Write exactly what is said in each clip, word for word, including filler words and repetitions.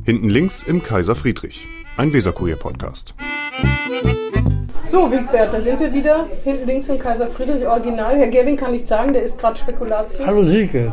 Hinten links im Kaiser Friedrich, ein Weserkurier-Podcast. So, Wigbert, da sind wir wieder. Hinten links im Kaiser Friedrich Original. Herr Gerling kann nicht sagen, der ist gerade Spekulatius. Hallo Silke.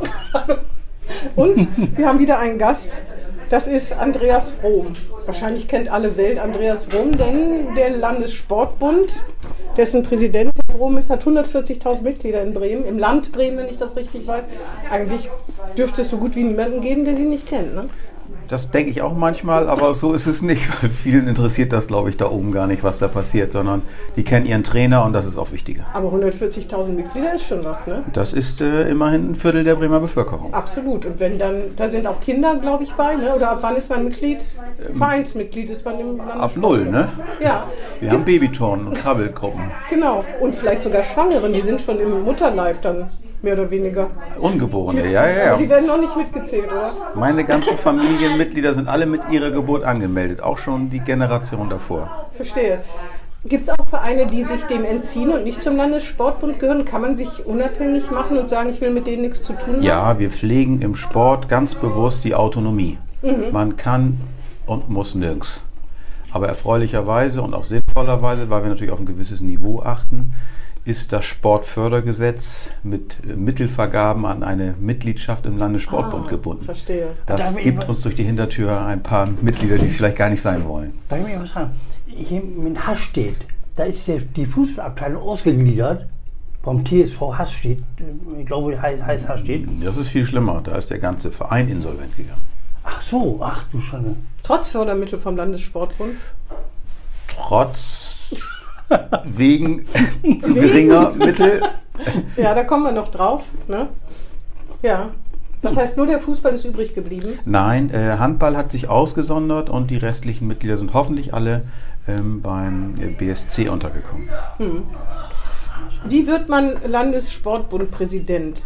Und wir haben wieder einen Gast. Das ist Andreas Frohm. Wahrscheinlich kennt alle Welt Andreas Frohm, denn der Landessportbund, dessen Präsident Herr Frohm ist, hat hundertvierzigtausend Mitglieder in Bremen. Im Land Bremen, wenn ich das richtig weiß. Eigentlich dürfte es so gut wie niemanden geben, der sie nicht kennt, ne? Das denke ich auch manchmal, aber so ist es nicht, weil vielen interessiert das, glaube ich, da oben gar nicht, was da passiert, sondern die kennen ihren Trainer und das ist auch wichtiger. Aber hundertvierzigtausend Mitglieder ist schon was, ne? Das ist äh, immerhin ein Viertel der Bremer Bevölkerung. Absolut. Und wenn dann, da sind auch Kinder, glaube ich, bei, ne? Oder ab wann ist man Mitglied? Ähm, Vereinsmitglied ist man im Landessport. Ab null, ne? Ja. Wir haben Babyturnen und Krabbelgruppen. Genau. Und vielleicht sogar Schwangeren, die sind schon im Mutterleib dann. Mehr oder weniger. Ungeborene, ja, ja, ja. Aber die werden noch nicht mitgezählt, oder? Meine ganzen Familienmitglieder sind alle mit ihrer Geburt angemeldet, auch schon die Generation davor. Verstehe. Gibt es auch Vereine, die sich dem entziehen und nicht zum Landessportbund gehören? Kann man sich unabhängig machen und sagen, ich will mit denen nichts zu tun haben? Ja, wir pflegen im Sport ganz bewusst die Autonomie. Mhm. Man kann und muss nirgends. Aber erfreulicherweise und auch sinnvollerweise, weil wir natürlich auf ein gewisses Niveau achten, ist das Sportfördergesetz mit Mittelvergaben an eine Mitgliedschaft im Landessportbund ah, gebunden. Verstehe. Das gibt uns durch die Hintertür ein paar Mitglieder, die es vielleicht gar nicht sein wollen. Darf ich mir was sagen? Hier in Hasstedt, da ist die Fußballabteilung ausgegliedert vom T S V Hasstedt. Ich glaube, heißt, heißt Hasstedt. Das ist viel schlimmer. Da ist der ganze Verein insolvent gegangen. Ach so, ach du Schande. Trotz Fördermittel vom Landessportbund? Trotz wegen zu geringer Mittel. Ja, da kommen wir noch drauf. Ne? Ja. Das heißt, nur der Fußball ist übrig geblieben? Nein, äh, Handball hat sich ausgesondert und die restlichen Mitglieder sind hoffentlich alle ähm, beim B S C untergekommen. Hm. Wie wird man Landessportbundpräsident?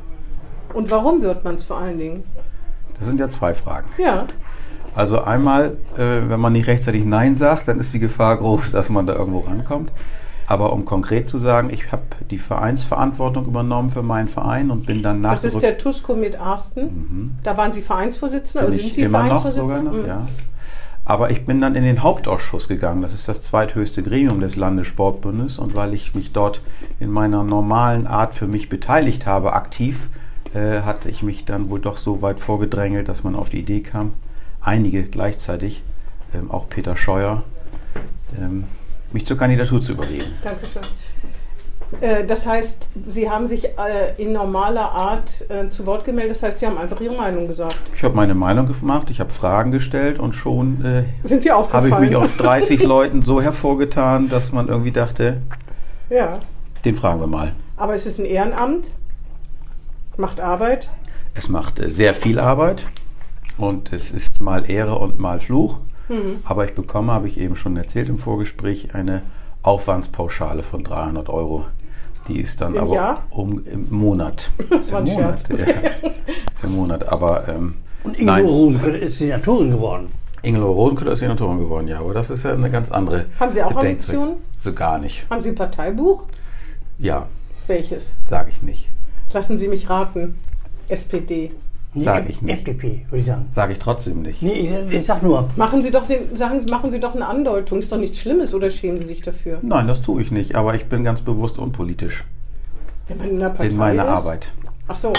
Und warum wird man es vor allen Dingen? Das sind ja zwei Fragen. Ja. Also einmal, äh, wenn man nicht rechtzeitig Nein sagt, dann ist die Gefahr groß, dass man da irgendwo rankommt. Aber um konkret zu sagen, ich habe die Vereinsverantwortung übernommen für meinen Verein und bin dann nach... Das ist der TUSCO mit Arsten. Mhm. Da waren Sie Vereinsvorsitzender? Bin oder sind Sie immer Vereinsvorsitzender? Noch, sogar noch, mhm. ja. Aber ich bin dann in den Hauptausschuss gegangen. Das ist das zweithöchste Gremium des Landessportbundes. Und weil ich mich dort in meiner normalen Art für mich beteiligt habe, aktiv, äh, hatte ich mich dann wohl doch so weit vorgedrängelt, dass man auf die Idee kam, einige gleichzeitig, ähm, auch Peter Scheuer, ähm, mich zur Kandidatur zu überreden. Dankeschön. Äh, das heißt, Sie haben sich äh, in normaler Art äh, zu Wort gemeldet, das heißt, Sie haben einfach Ihre Meinung gesagt. Ich habe meine Meinung gemacht, ich habe Fragen gestellt und schon äh, Sind Sie aufgefallen? habe ich mich auf dreißig Leuten so hervorgetan, dass man irgendwie dachte, ja. Den fragen wir mal. Aber es ist ein Ehrenamt, macht Arbeit. Es macht äh, sehr viel Arbeit. Und es ist mal Ehre und mal Fluch. Mhm. Aber ich bekomme, habe ich eben schon erzählt im Vorgespräch, eine Aufwandspauschale von dreihundert Euro. Die ist dann Im aber Jahr? Um, im Monat. Das war ein Im Monat, Scherz. Ja, im Monat. Aber, ähm, und Ingelow Rosenkötter ist Senatorin geworden. Ingelow Rosenkötter ist Senatorin geworden, ja. Aber das ist ja eine ganz andere. Haben Sie auch Ambitionen? So gar nicht. Haben Sie ein Parteibuch? Ja. Welches? Sage ich nicht. Lassen Sie mich raten. S P D. Nee, Sage ich nicht. F D P, würde ich sagen. Sage ich trotzdem nicht. Nee, ich, ich sag nur. Machen Sie doch den, sagen, machen Sie doch eine Andeutung. Ist doch nichts Schlimmes oder schämen Sie sich dafür? Nein, das tue ich nicht. Aber ich bin ganz bewusst unpolitisch. Wenn man in einer Partei in meiner ist? Arbeit. Ach so.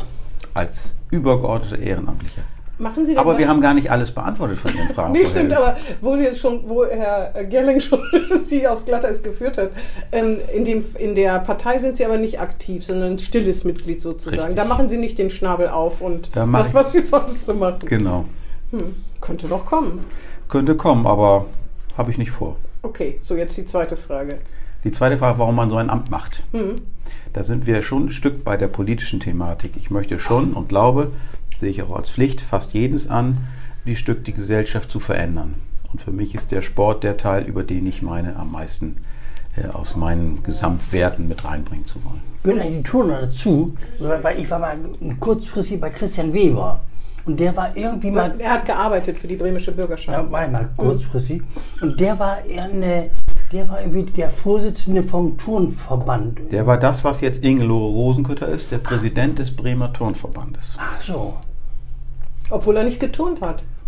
Als übergeordneter Ehrenamtlicher. Machen Sie aber was? Wir haben gar nicht alles beantwortet von Ihren Fragen. Nee, stimmt, aber wo, jetzt schon, wo Herr Gerling schon Sie aufs Glatteis geführt hat, ähm, in, dem, in der Partei sind Sie aber nicht aktiv, sondern ein stilles Mitglied sozusagen. Richtig. Da machen Sie nicht den Schnabel auf und da das, was Sie sonst so machen. Genau. Hm, könnte doch kommen. Könnte kommen, aber habe ich nicht vor. Okay, so jetzt die zweite Frage. Die zweite Frage, warum man so ein Amt macht. Hm. Da sind wir schon ein Stück bei der politischen Thematik. Ich möchte schon und glaube, sehe ich auch als Pflicht, fast jedes an, die Stück die Gesellschaft zu verändern. Und für mich ist der Sport der Teil, über den ich meine, am meisten äh, aus meinen Gesamtwerten mit reinbringen zu wollen. Ich gehöre die Turner dazu, weil ich war mal kurzfristig bei Christian Weber. Und der war irgendwie mal... Er hat gearbeitet für die bremische Bürgerschaft. Ja, war mal kurzfristig. Und der war eine... Der war irgendwie der Vorsitzende vom Turnverband. Der war das, was jetzt Ingelow Rosenkötter ist, der Präsident des Bremer Turnverbandes. Ach so. Obwohl er nicht geturnt hat.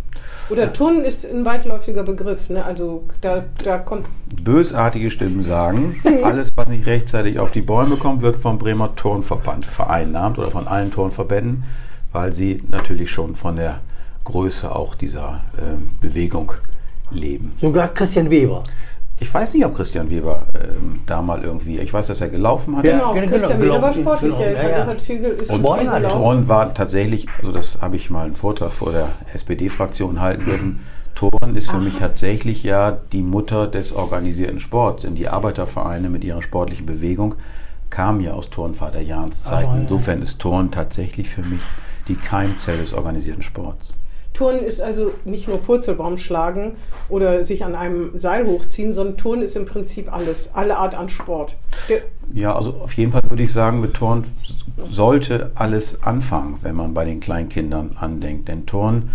Oder Turnen ist ein weitläufiger Begriff, ne? Also da, da kommt... Bösartige Stimmen sagen, alles, was nicht rechtzeitig auf die Bäume kommt, wird vom Bremer Turnverband vereinnahmt oder von allen Turnverbänden, weil sie natürlich schon von der Größe auch dieser äh, Bewegung leben. Sogar Christian Weber. Ich weiß nicht, ob Christian Weber ähm, da mal irgendwie, ich weiß, dass er gelaufen hat. Genau, genau, Christian genau, Weber war genau, sportlich, genau, der ja, ja. hat viel, ist Und viel gelaufen. Turnen war tatsächlich, also das habe ich mal einen Vortrag vor der S P D-Fraktion halten dürfen, Turnen ist für Aha. mich tatsächlich ja die Mutter des organisierten Sports. Denn die Arbeitervereine mit ihrer sportlichen Bewegung kamen ja aus Turnvater Jahns Zeiten. Oh, ja. Insofern ist Turnen tatsächlich für mich die Keimzelle des organisierten Sports. Turnen ist also nicht nur Purzelbaum schlagen oder sich an einem Seil hochziehen, sondern Turnen ist im Prinzip alles, alle Art an Sport. Der ja, also auf jeden Fall würde ich sagen, mit Turnen sollte alles anfangen, wenn man bei den Kleinkindern andenkt. Denn Turnen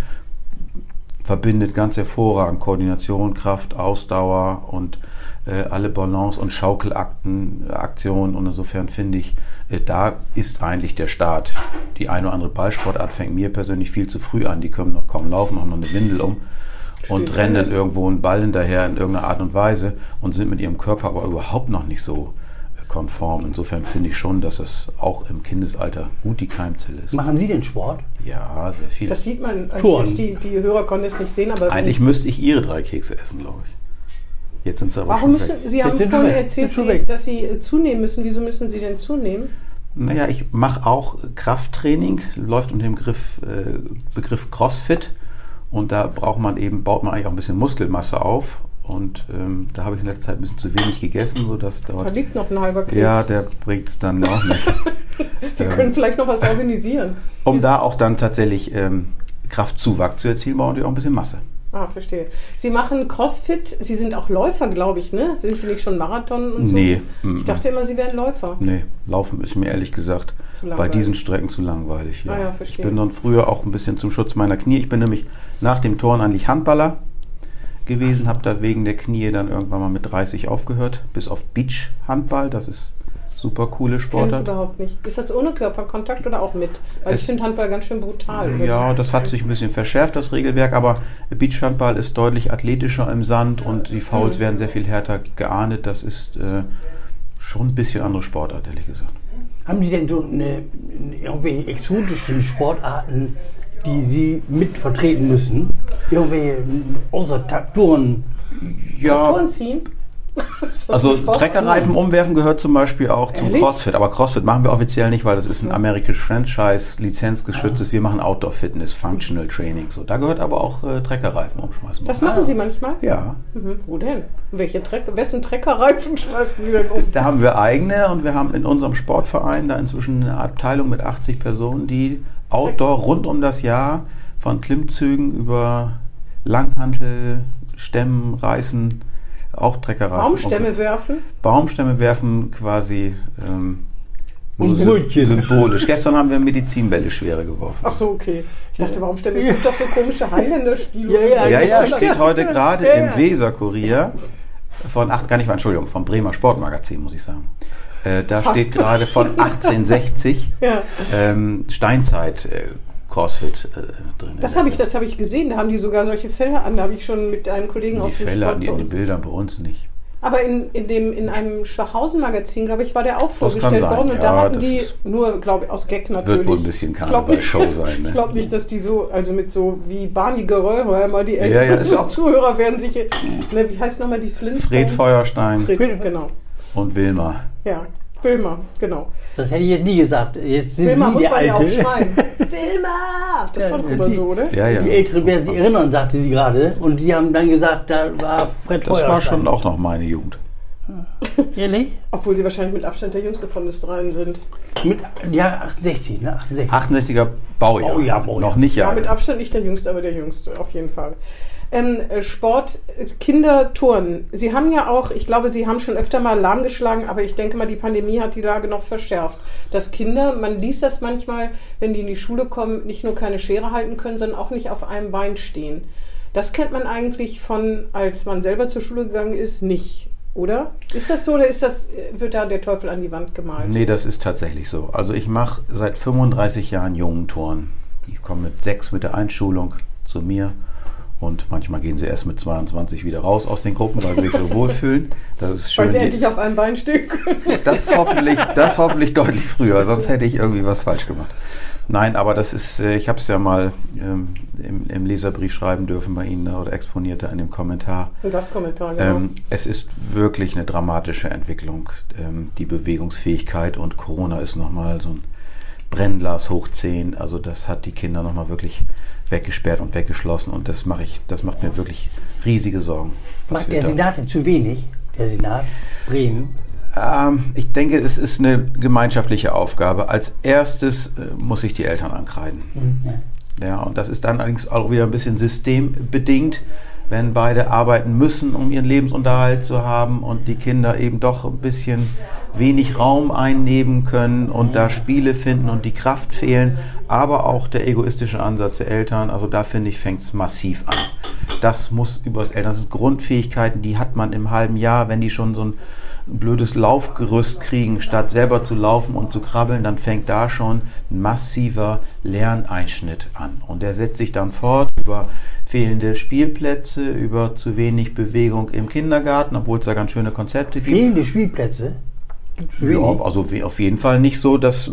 verbindet ganz hervorragend Koordination, Kraft, Ausdauer und äh, alle Balance- und Schaukelakten, Aktionen. Und insofern finde ich, äh, da ist eigentlich der Start. Die eine oder andere Ballsportart fängt mir persönlich viel zu früh an. Die können noch kaum laufen, haben noch eine Windel um und Stimmt, rennen dann irgendwo einen Ball hinterher in irgendeiner Art und Weise und sind mit ihrem Körper aber überhaupt noch nicht so äh, konform. Insofern finde ich schon, dass es auch im Kindesalter gut die Keimzelle ist. Machen Sie den Sport? Ja, sehr viel. Das sieht man, also Turnen. jetzt die, die Hörer konnten es nicht sehen, aber Eigentlich müsste ich Ihre drei Kekse essen, glaube ich. Jetzt sind sie aber warum schon müssen, weg. Sie haben Jetzt sind vorhin sie weg. erzählt, Jetzt sind Sie, sie weg. dass Sie äh, zunehmen müssen. Wieso müssen Sie denn zunehmen? Naja, ich mache auch Krafttraining, läuft unter dem Begriff, äh, Begriff CrossFit. Und da braucht man eben, baut man eigentlich auch ein bisschen Muskelmasse auf. Und ähm, da habe ich in letzter Zeit ein bisschen zu wenig gegessen, sodass dort... Da liegt noch ein halber Keks. Ja, der bringt es dann auch nicht. Wir können vielleicht noch was organisieren. Um da auch dann tatsächlich ähm, Kraftzuwachs zu erzielen, brauchen wir auch ein bisschen Masse. Ah, verstehe. Sie machen CrossFit, Sie sind auch Läufer, glaube ich, ne? Sind Sie nicht schon Marathon und so? Nee. Ich dachte immer, Sie wären Läufer. Nee, Laufen ist mir ehrlich gesagt Zu bei langweilig. diesen Strecken zu langweilig. Ja. Ah ja, ich verstehe. bin dann früher auch ein bisschen zum Schutz meiner Knie. Ich bin nämlich nach dem Turnen eigentlich Handballer gewesen, habe da wegen der Knie dann irgendwann mal mit dreißig aufgehört, bis auf Beach-Handball, das ist super coole Kenn ich Sportart. überhaupt nicht. Ist das ohne Körperkontakt oder auch mit? Weil Es- ich finde Handball ganz schön brutal. oder Ja, so. das hat sich ein bisschen verschärft, das Regelwerk, aber Beachhandball ist deutlich athletischer im Sand und die Fouls Mhm. werden sehr viel härter geahndet. Das ist äh, schon ein bisschen andere Sportart, ehrlich gesagt. Haben Sie denn so eine, irgendwelche exotischen Sportarten, die Sie mit vertreten müssen? Irgendwelche außer Touren? Ja, Touren ziehen? Ist das also ein Sport? Treckerreifen umwerfen gehört zum Beispiel auch zum Ehrlich? CrossFit. Aber CrossFit machen wir offiziell nicht, weil das ist ein amerikanisches Franchise, lizenzgeschütztes. Wir machen Outdoor-Fitness, Functional Training. So, da gehört aber auch äh, Treckerreifen umschmeißen. Das machen Sie manchmal? Ja, Mhm. Wo denn? Welche Trecker, wessen Treckerreifen schmeißen Sie denn um? da haben wir eigene und wir haben in unserem Sportverein da inzwischen eine Abteilung mit achtzig Personen, die Outdoor rund um das Jahr von Klimmzügen über Langhantel, Stemmen, Reißen, auch Treckerreifen. Baumstämme werfen? Baumstämme werfen quasi ähm, Und nur sy- Brötchen. symbolisch. Gestern haben wir Medizinbälle schwere geworfen. Ach so, okay. Ich dachte, Baumstämme, es gibt doch so komische Highlander-Spiele. Ja, ja, Ja, ja, ja, steht heute gerade Ja, ja. im Weser-Kurier von acht, gar nicht, Entschuldigung, vom Bremer Sportmagazin, muss ich sagen. Äh, da Fast. steht gerade von achtzehnhundertsechzig Ja. ähm, Steinzeit äh, Crossfit äh, drin. Das habe ich, das habe ich gesehen. Da haben die sogar solche Fälle an. Da habe ich schon mit einem Kollegen Die aus dem Fälle Sport hatten die bei in den uns. Bildern, bei uns nicht. Aber in, in, dem, in einem Schwachhausen-Magazin, glaube ich, war der auch Das kann vorgestellt sein, worden. Und ja, da hatten das die, ist- nur, glaube ich, aus Gag natürlich. Wird wohl ein bisschen Ich glaub nicht- Karneval-Show sein. Ne? Ich glaube nicht, dass die so, also mit so wie Barney Geröll, mal die Ja, älteren ja, ist auch- Zuhörer werden sich, ne, wie heißt nochmal die Flintstones? Fred Feuerstein Fred, genau. und Wilma. Ja, Wilma, genau. Das hätte ich jetzt nie gesagt. Jetzt sind Wilma Sie muss der man ja auch Alte. schreien. Wilma! Das war Ja, doch immer die- so, oder? Ja, ja. Die Älteren werden sich erinnern, sagte sie gerade. Und Sie haben dann gesagt, da war Fred Das war Feuerstein. schon auch noch meine Jugend. Ehrlich? Obwohl sie wahrscheinlich mit Abstand der jüngste von uns dreien sind. Mit, ja, achtundsechzig, ne? achtundsechzig. achtundsechziger Baujahr. Baujahr, Baujahr. Noch nicht Ja, ja. mit Abstand nicht der Jüngste, aber der Jüngste, auf jeden Fall. Ähm, äh, Sport, äh, Kinder, Turnen. Sie haben ja auch, ich glaube, Sie haben schon öfter mal Alarm geschlagen, aber ich denke mal, die Pandemie hat die Lage noch verschärft. Dass Kinder, man liest das manchmal, wenn die in die Schule kommen, nicht nur keine Schere halten können, sondern auch nicht auf einem Bein stehen. Das kennt man eigentlich von, als man selber zur Schule gegangen ist, nicht. Oder? Ist das so oder ist das, wird da der Teufel an die Wand gemalt? Nee, das ist tatsächlich so. Also ich mache seit fünfunddreißig Jahren Jungenturnen. Die kommen mit sechs mit der Einschulung zu mir Und manchmal gehen sie erst mit zweiundzwanzig wieder raus aus den Gruppen, weil sie sich so wohlfühlen. Das ist schön. Weil sie endlich auf einem Bein stehen können. Das hoffentlich, das hoffentlich deutlich früher, sonst hätte ich irgendwie was falsch gemacht. Nein, aber das ist, ich habe es ja mal ähm, im, im Leserbrief schreiben dürfen bei Ihnen oder exponierte in dem Kommentar. Und das Kommentar, genau. Ähm, es ist wirklich eine dramatische Entwicklung, ähm, die Bewegungsfähigkeit, und Corona ist nochmal so ein Brennglas hoch zehn. Also das hat die Kinder nochmal wirklich weggesperrt und weggeschlossen, und das mache ich, das macht mir wirklich riesige Sorgen. Macht der Senat denn zu wenig? Der Senat Bremen? Ähm, ich denke, es ist eine gemeinschaftliche Aufgabe. Als erstes äh, muss ich die Eltern ankreiden. Ja. Ja, und das ist dann allerdings auch wieder ein bisschen systembedingt, wenn beide arbeiten müssen, um ihren Lebensunterhalt zu haben, und die Kinder eben doch ein bisschen wenig Raum einnehmen können und da Spiele finden und die Kraft fehlen, aber auch der egoistische Ansatz der Eltern. Also da finde ich, fängt es massiv an. Das muss über das Eltern, das sind Grundfähigkeiten, die hat man im halben Jahr, wenn die schon so ein blödes Laufgerüst kriegen, statt selber zu laufen und zu krabbeln, dann fängt da schon ein massiver Lerneinschnitt an. Und der setzt sich dann fort über fehlende Spielplätze, über zu wenig Bewegung im Kindergarten, obwohl es da ganz schöne Konzepte gibt. Fehlende Spielplätze? Ja, also auf jeden Fall nicht so, dass,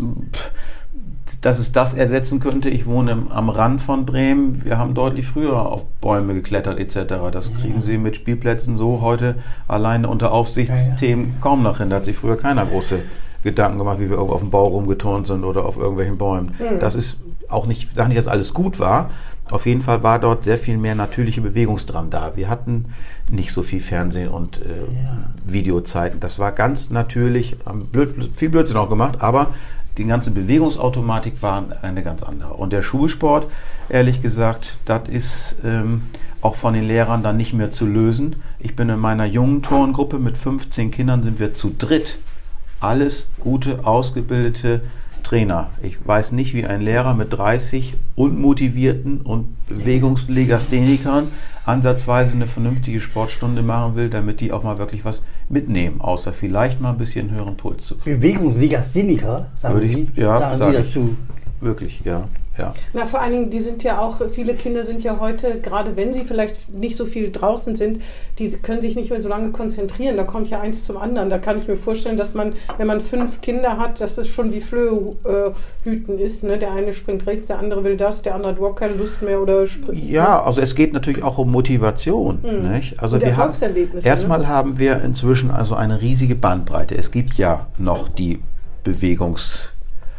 dass es das ersetzen könnte. Ich wohne am Rand von Bremen. Wir haben deutlich früher auf Bäume geklettert et cetera. Das kriegen ja. Sie mit Spielplätzen so heute alleine unter Aufsichtsthemen ja, ja. kaum noch hin. Da hat sich früher keiner große Gedanken gemacht, wie wir irgendwo auf dem Bau rumgeturnt sind oder auf irgendwelchen Bäumen. Mhm. Das ist auch nicht, ich sage nicht, dass alles gut war. Auf jeden Fall war dort sehr viel mehr natürliche Bewegungsdrang da. Wir hatten nicht so viel Fernsehen und äh, ja. Videozeiten. Das war ganz natürlich, haben blöd, viel Blödsinn auch gemacht, aber die ganze Bewegungsautomatik war eine ganz andere. Und der Schulsport, ehrlich gesagt, das ist ähm, auch von den Lehrern dann nicht mehr zu lösen. Ich bin in meiner jungen Turngruppe mit fünfzehn Kindern, sind wir zu dritt. Alles gute, ausgebildete Trainer. Ich weiß nicht, wie ein Lehrer mit dreißig unmotivierten und Bewegungslegasthenikern ansatzweise eine vernünftige Sportstunde machen will, damit die auch mal wirklich was mitnehmen, außer vielleicht mal ein bisschen höheren Puls zu kriegen. Bewegungslegastheniker, sagen Würde ich, Sie, ja, sagen sag Sie ich. dazu? Wirklich, ja. Ja. Na, vor allen Dingen, die sind ja auch, viele Kinder sind ja heute, gerade wenn sie vielleicht nicht so viel draußen sind, die können sich nicht mehr so lange konzentrieren. Da kommt ja eins zum anderen. Da kann ich mir vorstellen, dass man, wenn man fünf Kinder hat, dass es schon wie Flöhüten ist. Ne? Der eine springt rechts, der andere will das, der andere hat überhaupt keine Lust mehr. Oder ja, also es geht natürlich auch um Motivation. Mhm. Nicht? Also und wir Erfolgserlebnisse. Haben, erstmal ne? haben wir inzwischen also eine riesige Bandbreite. Es gibt ja noch die Bewegungs-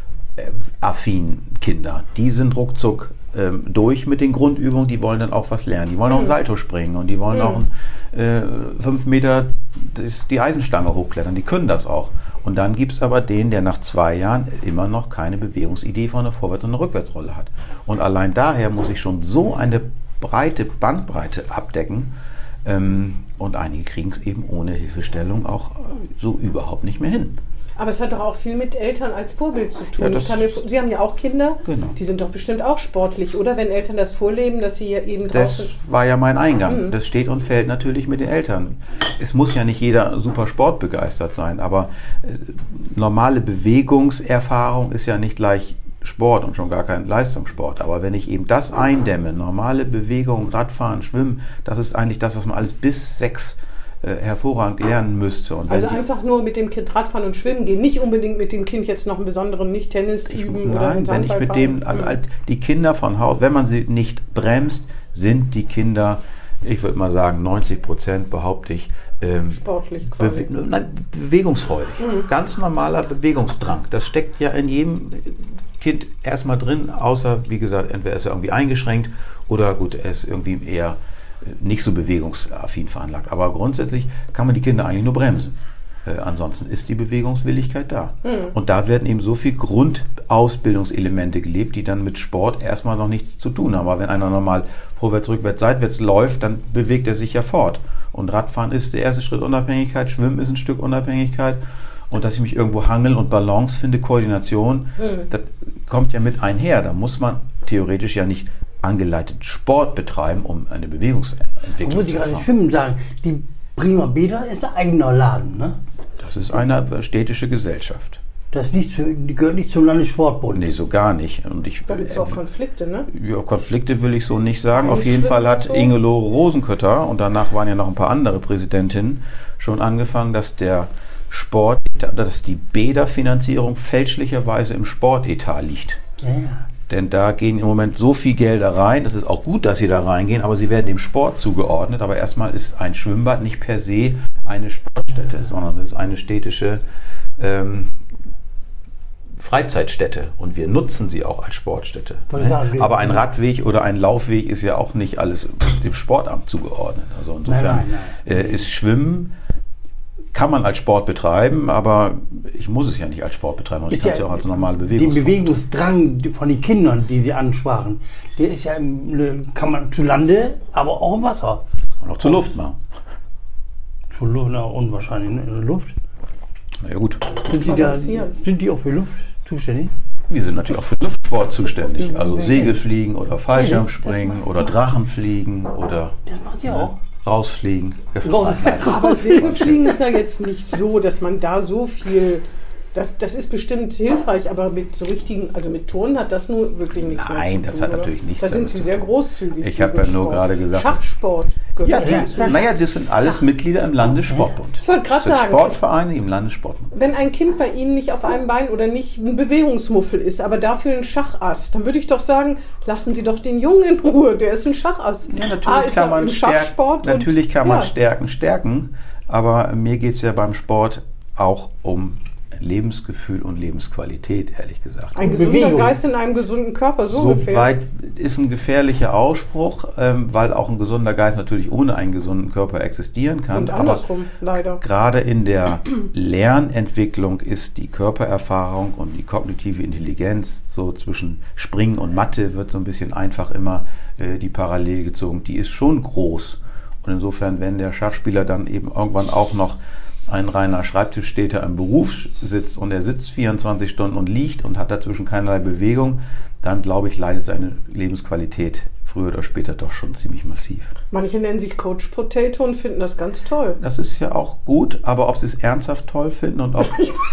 affinen Kinder, die sind ruckzuck ähm, durch mit den Grundübungen, die wollen dann auch was lernen. Die wollen auch einen Salto springen und die wollen mhm. auch ein, äh, fünf Meter das, die Eisenstange hochklettern, die können das auch. Und dann gibt es aber den, der nach zwei Jahren immer noch keine Bewegungsidee von einer Vorwärts- und einer Rückwärtsrolle hat. Und allein daher muss ich schon so eine breite Bandbreite abdecken, ähm, und einige kriegen es eben ohne Hilfestellung auch so überhaupt nicht mehr hin. Aber es hat doch auch viel mit Eltern als Vorbild zu tun. Ja, ich kann mir, Sie haben ja auch Kinder, genau. Die sind doch bestimmt auch sportlich, oder? Wenn Eltern das vorleben, dass sie ja eben draußen... Das war ja mein Eingang. Mhm. Das steht und fällt natürlich mit den Eltern. Es muss ja nicht jeder super sportbegeistert sein, aber äh, normale Bewegungserfahrung ist ja nicht gleich Sport und schon gar kein Leistungssport. Aber wenn ich eben das eindämme, normale Bewegung, Radfahren, Schwimmen, das ist eigentlich das, was man alles bis sechs hervorragend lernen müsste. Und also einfach nur mit dem Kind Radfahren und Schwimmen gehen, nicht unbedingt mit dem Kind jetzt noch einen besonderen, nicht Tennis ich, üben nein, oder einen wenn ich mit dem, also mhm. die Kinder von Haus, wenn man sie nicht bremst, sind die Kinder, ich würde mal sagen, neunzig Prozent behaupte ich, ähm, sportlich quasi. Bewe nein, bewegungsfreudig. Mhm. Ganz normaler Bewegungsdrang. Das steckt ja in jedem Kind erstmal drin, außer, wie gesagt, entweder ist er irgendwie eingeschränkt oder gut, er ist irgendwie eher nicht so bewegungsaffin veranlagt. Aber grundsätzlich kann man die Kinder eigentlich nur bremsen. Äh, ansonsten ist die Bewegungswilligkeit da. Mhm. Und da werden eben so viele Grundausbildungselemente gelebt, die dann mit Sport erstmal noch nichts zu tun haben. Aber wenn einer normal vorwärts, rückwärts, seitwärts läuft, dann bewegt er sich ja fort. Und Radfahren ist der erste Schritt Unabhängigkeit, Schwimmen ist ein Stück Unabhängigkeit. Und dass ich mich irgendwo hangel und Balance finde, Koordination, mhm. das kommt ja mit einher. Da muss man theoretisch ja nicht angeleitet Sport betreiben, um eine Bewegungsentwicklung zu erfahren. Ich Schwimmen sagen, die Bremer Bäder ist ein eigener Laden, ne? Das ist eine städtische Gesellschaft. Das nicht zu, die gehört nicht zum Landessportbund. Nee, so gar nicht. Und ich, Da gibt es auch Konflikte, ne? Ja, Konflikte will ich so nicht sagen. Auf jeden schlimm, Fall hat so. Ingelore Rosenkötter, und danach waren ja noch ein paar andere Präsidentinnen, schon angefangen, dass der Sport, dass die Bäderfinanzierung fälschlicherweise im Sportetat liegt. Ja, ja. Denn da gehen im Moment so viel Gelder rein, das ist auch gut, dass sie da reingehen, aber sie werden dem Sport zugeordnet. Aber erstmal ist ein Schwimmbad nicht per se eine Sportstätte, sondern es ist eine städtische ähm, Freizeitstätte, und wir nutzen sie auch als Sportstätte. Sagen, aber ein Radweg oder ein Laufweg ist ja auch nicht alles dem Sportamt zugeordnet. Also insofern nein, nein, nein. Äh, ist Schwimmen, kann man als Sport betreiben, aber ich muss es ja nicht als Sport betreiben, und ich kann es ja auch als normale Bewegung. Den Bewegungsdrang von den Kindern, die Sie ansprachen, der ist ja, im, kann man zu Lande, aber auch im Wasser. Und auch zur Luft machen. Zur Luft, na, unwahrscheinlich, in der Luft. Na ja, gut. Sind die, da, sind die auch für Luft zuständig? Wir sind natürlich auch für Luftsport zuständig. Also Segelfliegen oder Fallschirmspringen oder Drachenfliegen oder Das macht ihr auch. rausfliegen. Aber Segelfliegen ist ja jetzt nicht so, dass man da so viel... Das, das ist bestimmt hilfreich, aber mit so richtigen, also mit Turnen hat das nur wirklich nichts Nein, mehr zu tun. das hat oder? natürlich nichts Da sind damit Sie zu sehr tun. großzügig. Ich habe ja nur Segelsport. gerade gesagt- Schachsport Ja, gehört die, dazu. naja, das sind alles Mitglieder im Landessportbund. Ich wollte gerade Das sind sagen, Sportvereine im Landessportbund. Wenn ein Kind bei Ihnen nicht auf einem Bein oder nicht ein Bewegungsmuffel ist, aber dafür ein Schachass, dann würde ich doch sagen, lassen Sie doch den Jungen in Ruhe, der ist ein Schachass. Ja, natürlich Ah, ist kann er man, im stärk, Schachsport und- natürlich kann man ja. Stärken stärken, aber mir geht es ja beim Sport auch um Lebensgefühl und Lebensqualität, ehrlich gesagt. Ein gesunder Bewegung. Geist in einem gesunden Körper, so, So ungefähr. weit ist ein gefährlicher Ausspruch, ähm, weil auch ein gesunder Geist natürlich ohne einen gesunden Körper existieren kann. Und andersrum, leider. Gerade in der Lernentwicklung ist die Körpererfahrung und die kognitive Intelligenz, so zwischen Springen und Mathe wird so ein bisschen einfach immer äh, die Parallele gezogen. Die ist schon groß. Und insofern, wenn der Schachspieler dann eben irgendwann auch noch ein reiner Schreibtischstäter im Beruf sitzt und er sitzt vierundzwanzig Stunden und liegt und hat dazwischen keinerlei Bewegung, dann glaube ich, leidet seine Lebensqualität früher oder später doch schon ziemlich massiv. Manche nennen sich Coach Potato und finden das ganz toll. Das ist ja auch gut, aber ob sie es ernsthaft toll finden und ob,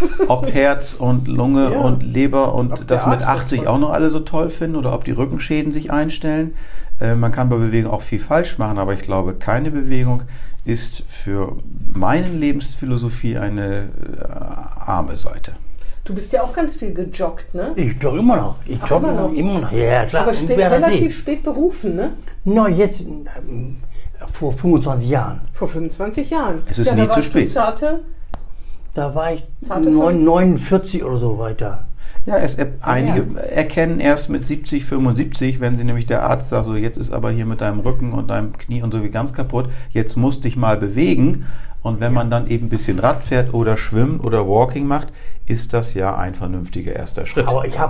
ob Herz und Lunge Ja. und Leber und Ob der das mit Arzt das achtzig toll auch noch alle so toll finden oder ob die Rückenschäden sich einstellen. Äh, man kann bei Bewegung auch viel falsch machen, aber ich glaube, keine Bewegung ist für meine Lebensphilosophie eine äh, arme Seite. Du bist ja auch ganz viel gejoggt, ne? Ich jogge immer noch. Ich Ach, jogge immer noch? immer noch. Ja, klar. Aber Und spät, wer das relativ sieht. spät berufen, ne? Na, jetzt ähm, vor fünfundzwanzig Jahren. Vor fünfundzwanzig Jahren. Es ist ja, nie da zu warst du spät. Zarte. Da war ich Zarte neun- fünf. neunundvierzig oder so weiter. Ja, es, äh, einige ja. erkennen erst mit siebzig, fünfundsiebzig, wenn sie nämlich der Arzt sagt, so jetzt ist aber hier mit deinem Rücken und deinem Knie und so wie ganz kaputt, jetzt musst dich mal bewegen. Und wenn man dann eben ein bisschen Rad fährt oder schwimmt oder Walking macht, ist das ja ein vernünftiger erster Schritt. Aber ich habe,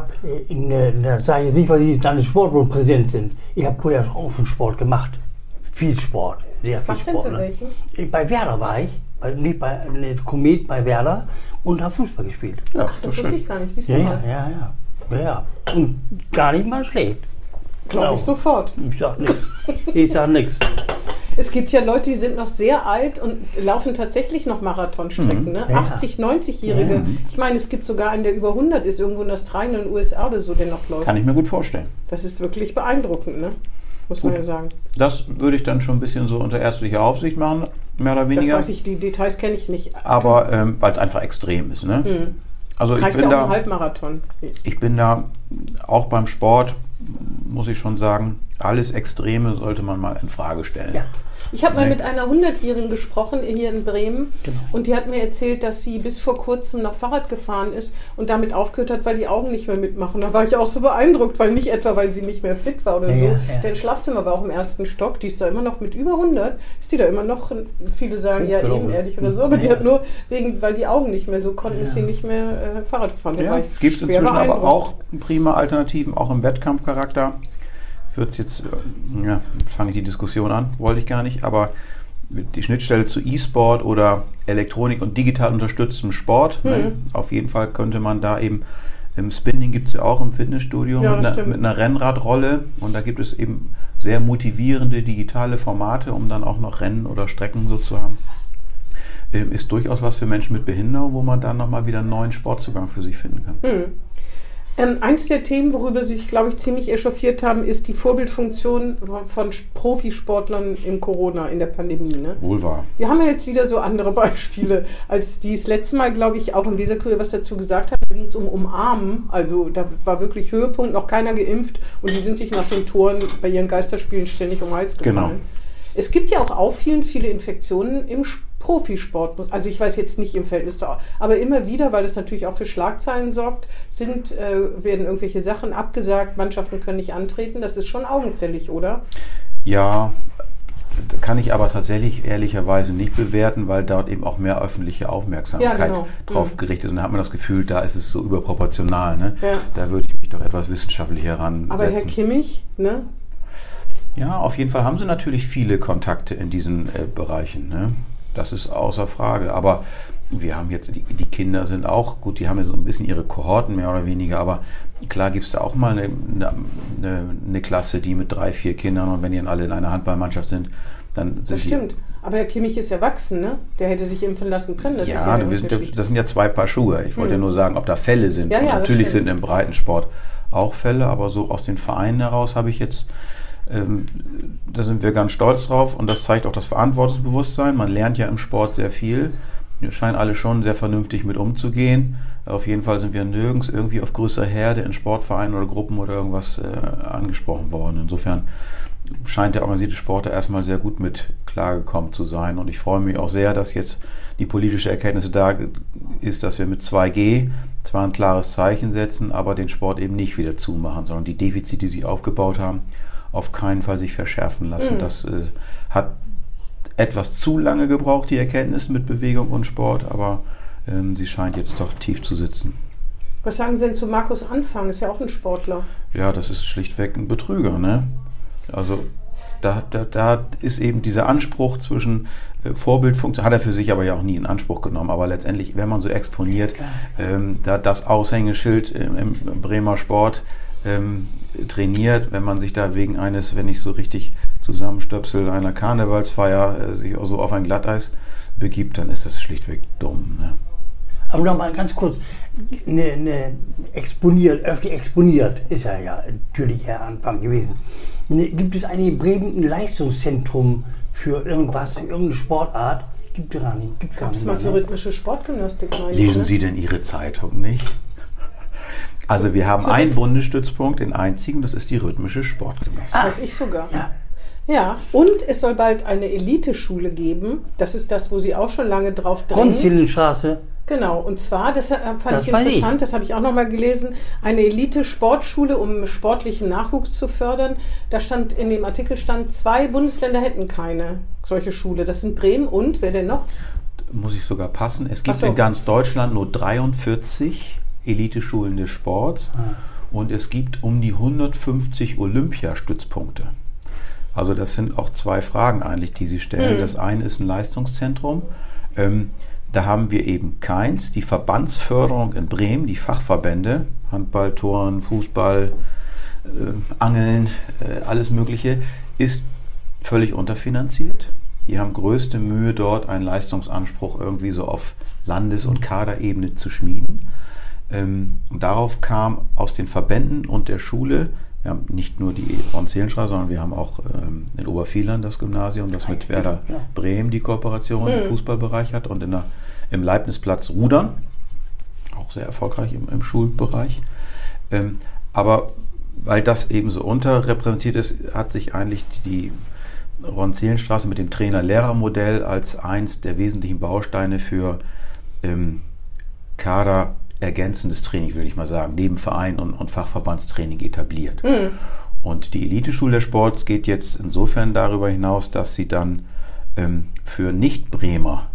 das sage ich jetzt nicht, weil Sie Landessportbundpräsident sind, ich habe vorher auch schon Sport gemacht. Viel Sport, sehr viel Was denn Sport. für ne? welchen? Bei Werder war ich, bei, nicht bei ne, Komet, bei Werder und habe Fußball gespielt. ja, Ach, das wusste ich gar nicht. Siehst du Ja, ja, mal. ja, ja, ja. Und gar nicht mal schlecht. Glaube ich sofort. Ich sag nichts. Ich sag nichts. Es gibt ja Leute, die sind noch sehr alt und laufen tatsächlich noch Marathonstrecken. Ne? Ja. achtzig-, neunzig-Jährige. Ja. Ich meine, es gibt sogar einen, der über hundert ist, irgendwo in Australien und in den U S A oder so, der noch läuft. Kann ich mir gut vorstellen. Das ist wirklich beeindruckend, ne? Muss man ja sagen. Das würde ich dann schon ein bisschen so unter ärztlicher Aufsicht machen, mehr oder Das weniger. weiß ich, die Details kenne ich nicht. Aber ähm, weil es einfach extrem ist. Ne? Hm. Also ich Reicht bin, ja auch ein da, Halbmarathon. ich bin da auch beim Sport, muss ich schon sagen, alles Extreme sollte man mal in Frage stellen. Ja. Ich habe mal Nee. mit einer hundertjährigen gesprochen hier in Bremen Genau. und die hat mir erzählt, dass sie bis vor kurzem noch Fahrrad gefahren ist und damit aufgehört hat, weil die Augen nicht mehr mitmachen. Da war ich auch so beeindruckt, weil nicht etwa, weil sie nicht mehr fit war oder Ja, so. ja, ja. Denn Schlafzimmer war auch im ersten Stock, die ist da immer noch mit über hundert, ist die da immer noch, viele sagen ja Hochgelaufen. ebenerdig oder so, aber die Ja. hat nur, wegen, weil die Augen nicht mehr so konnten, ist Ja. sie nicht mehr äh, Fahrrad gefahren. Da Ja, war ich gibt es schwer inzwischen aber beeindruckt. auch prima Alternativen, auch im Wettkampfcharakter. Wird jetzt, äh, ja, fange ich die Diskussion an, wollte ich gar nicht, aber die Schnittstelle zu E-Sport oder Elektronik und digital unterstütztem Sport, Mhm. ne, auf jeden Fall könnte man da eben, im Spinning gibt es ja auch im Fitnessstudio Ja, mit, das einer, stimmt. mit einer Rennradrolle und da gibt es eben sehr motivierende digitale Formate, um dann auch noch Rennen oder Strecken so zu haben. ähm, ist durchaus was für Menschen mit Behinderung, wo man dann nochmal wieder einen neuen Sportzugang für sich finden kann. Hm. Ähm, eins der Themen, worüber Sie sich, glaube ich, ziemlich echauffiert haben, ist die Vorbildfunktion von Profisportlern in Corona, in der Pandemie. Ne? Wohl wahr. Wir haben ja jetzt wieder so andere Beispiele, als die das letzte Mal, glaube ich, auch im Weserkurier was dazu gesagt hat. Da ging es um Umarmen. Also da war wirklich Höhepunkt, noch keiner geimpft und die sind sich nach den Toren bei ihren Geisterspielen ständig um den Hals gefallen. Genau. Es gibt ja auch auffallend viele Infektionen im Profisport. Also ich weiß jetzt nicht im Verhältnis zu, aber immer wieder, weil das natürlich auch für Schlagzeilen sorgt, sind, äh, werden irgendwelche Sachen abgesagt, Mannschaften können nicht antreten. Das ist schon augenfällig, oder? Ja, kann ich aber tatsächlich ehrlicherweise nicht bewerten, weil dort eben auch mehr öffentliche Aufmerksamkeit ja, genau. drauf mhm. gerichtet ist. Und da hat man das Gefühl, da ist es so überproportional. Ne? Ja. Da würde ich mich doch etwas wissenschaftlicher heransetzen. Aber Herr Kimmich, ne? Ja, auf jeden Fall haben sie natürlich viele Kontakte in diesen äh, Bereichen. Ne? Das ist außer Frage. Aber wir haben jetzt, die, die Kinder sind auch, gut, die haben ja so ein bisschen ihre Kohorten mehr oder weniger, aber klar gibt es da auch mal eine, eine, eine Klasse, die mit drei, vier Kindern, und wenn die dann alle in einer Handballmannschaft sind, dann sind das die... stimmt. Aber Herr Kimmich ist erwachsen, ne? Der hätte sich impfen lassen können. Das ja, ist ja wir sind, das sind ja zwei Paar Schuhe. Ich wollte hm. ja nur sagen, ob da Fälle sind. Ja, und ja, natürlich sind im Breitensport auch Fälle, aber so aus den Vereinen heraus habe ich jetzt... Ähm, da sind wir ganz stolz drauf und das zeigt auch das Verantwortungsbewusstsein. Man lernt ja im Sport sehr viel. Wir scheinen alle schon sehr vernünftig mit umzugehen. Auf jeden Fall sind wir nirgends irgendwie auf größere Herde in Sportvereinen oder Gruppen oder irgendwas äh, angesprochen worden. Insofern scheint der organisierte Sport da erstmal sehr gut mit klargekommen zu sein. Und ich freue mich auch sehr, dass jetzt die politische Erkenntnis da ist, dass wir mit zwei G zwar ein klares Zeichen setzen, aber den Sport eben nicht wieder zumachen, sondern die Defizite, die sich aufgebaut haben, auf keinen Fall sich verschärfen lassen. Mhm. Das äh, hat etwas zu lange gebraucht, die Erkenntnis mit Bewegung und Sport, aber ähm, sie scheint jetzt doch tief zu sitzen. Was sagen Sie denn zu Markus Anfang? Ist ja auch ein Sportler. Ja, das ist schlichtweg ein Betrüger, ne? Also da, da, da ist eben dieser Anspruch zwischen äh, Vorbildfunktion, hat er für sich aber ja auch nie in Anspruch genommen, aber letztendlich, wenn man so exponiert, ähm, da das Aushängeschild im, im Bremer Sport ähm, trainiert, wenn man sich da wegen eines, wenn ich so richtig zusammenstöpsel, einer Karnevalsfeier äh, sich so auf ein Glatteis begibt, dann ist das schlichtweg dumm. Ne? Aber nochmal ganz kurz, ne, ne, exponiert, öffentlich exponiert ist er ja natürlich Herr Anfang gewesen. Ne, gibt es eigentlich in Bremen ein Leistungszentrum für irgendwas, für irgendeine Sportart? Gibt es gar nicht. Gibt Gab es mal für rhythmische Sportgymnastik? Lesen Sie denn Ihre Zeitung nicht? Also wir haben einen Bundesstützpunkt, den einzigen, das ist die rhythmische Sportgymnastik. Das weiß ich sogar. Ja. Ja, und es soll bald eine Eliteschule geben. Das ist das, wo Sie auch schon lange drauf drängen. Grundzielenstraße. Genau, und zwar, das fand Das ich war interessant, ich. das habe ich auch nochmal gelesen, eine Elite-Sportschule, um sportlichen Nachwuchs zu fördern. Da stand in dem Artikel, stand, zwei Bundesländer hätten keine solche Schule. Das sind Bremen und, wer denn noch? Muss ich sogar passen. Es gibt Ach so. in ganz Deutschland nur dreiundvierzig Eliteschulen des Sports Ah. und es gibt um die hundertfünfzig Olympiastützpunkte. Also das sind auch zwei Fragen eigentlich, die Sie stellen. Mhm. Das eine ist ein Leistungszentrum. Ähm, da haben wir eben keins. Die Verbandsförderung in Bremen, die Fachverbände, Handball, Turnen, Fußball, äh, Angeln, äh, alles Mögliche, ist völlig unterfinanziert. Die haben größte Mühe, dort einen Leistungsanspruch irgendwie so auf Landes- und Kaderebene zu schmieden. Ähm, und darauf kam aus den Verbänden und der Schule, wir haben nicht nur die Ronzehlenstraße, sondern wir haben auch ähm, in Obervieland das Gymnasium, das mit Werder Bremen die Kooperation mhm. im Fußballbereich hat und in der, im Leibnizplatz Rudern, auch sehr erfolgreich im, im Schulbereich. Ähm, aber weil das eben so unterrepräsentiert ist, hat sich eigentlich die Ronzehlenstraße mit dem Trainer-Lehrer-Modell als eins der wesentlichen Bausteine für ähm, Kader ergänzendes Training, will ich mal sagen, neben Verein und, und Fachverbandstraining etabliert. Mhm. Und die Eliteschule des Sports geht jetzt insofern darüber hinaus, dass sie dann ähm, für Nicht-Bremer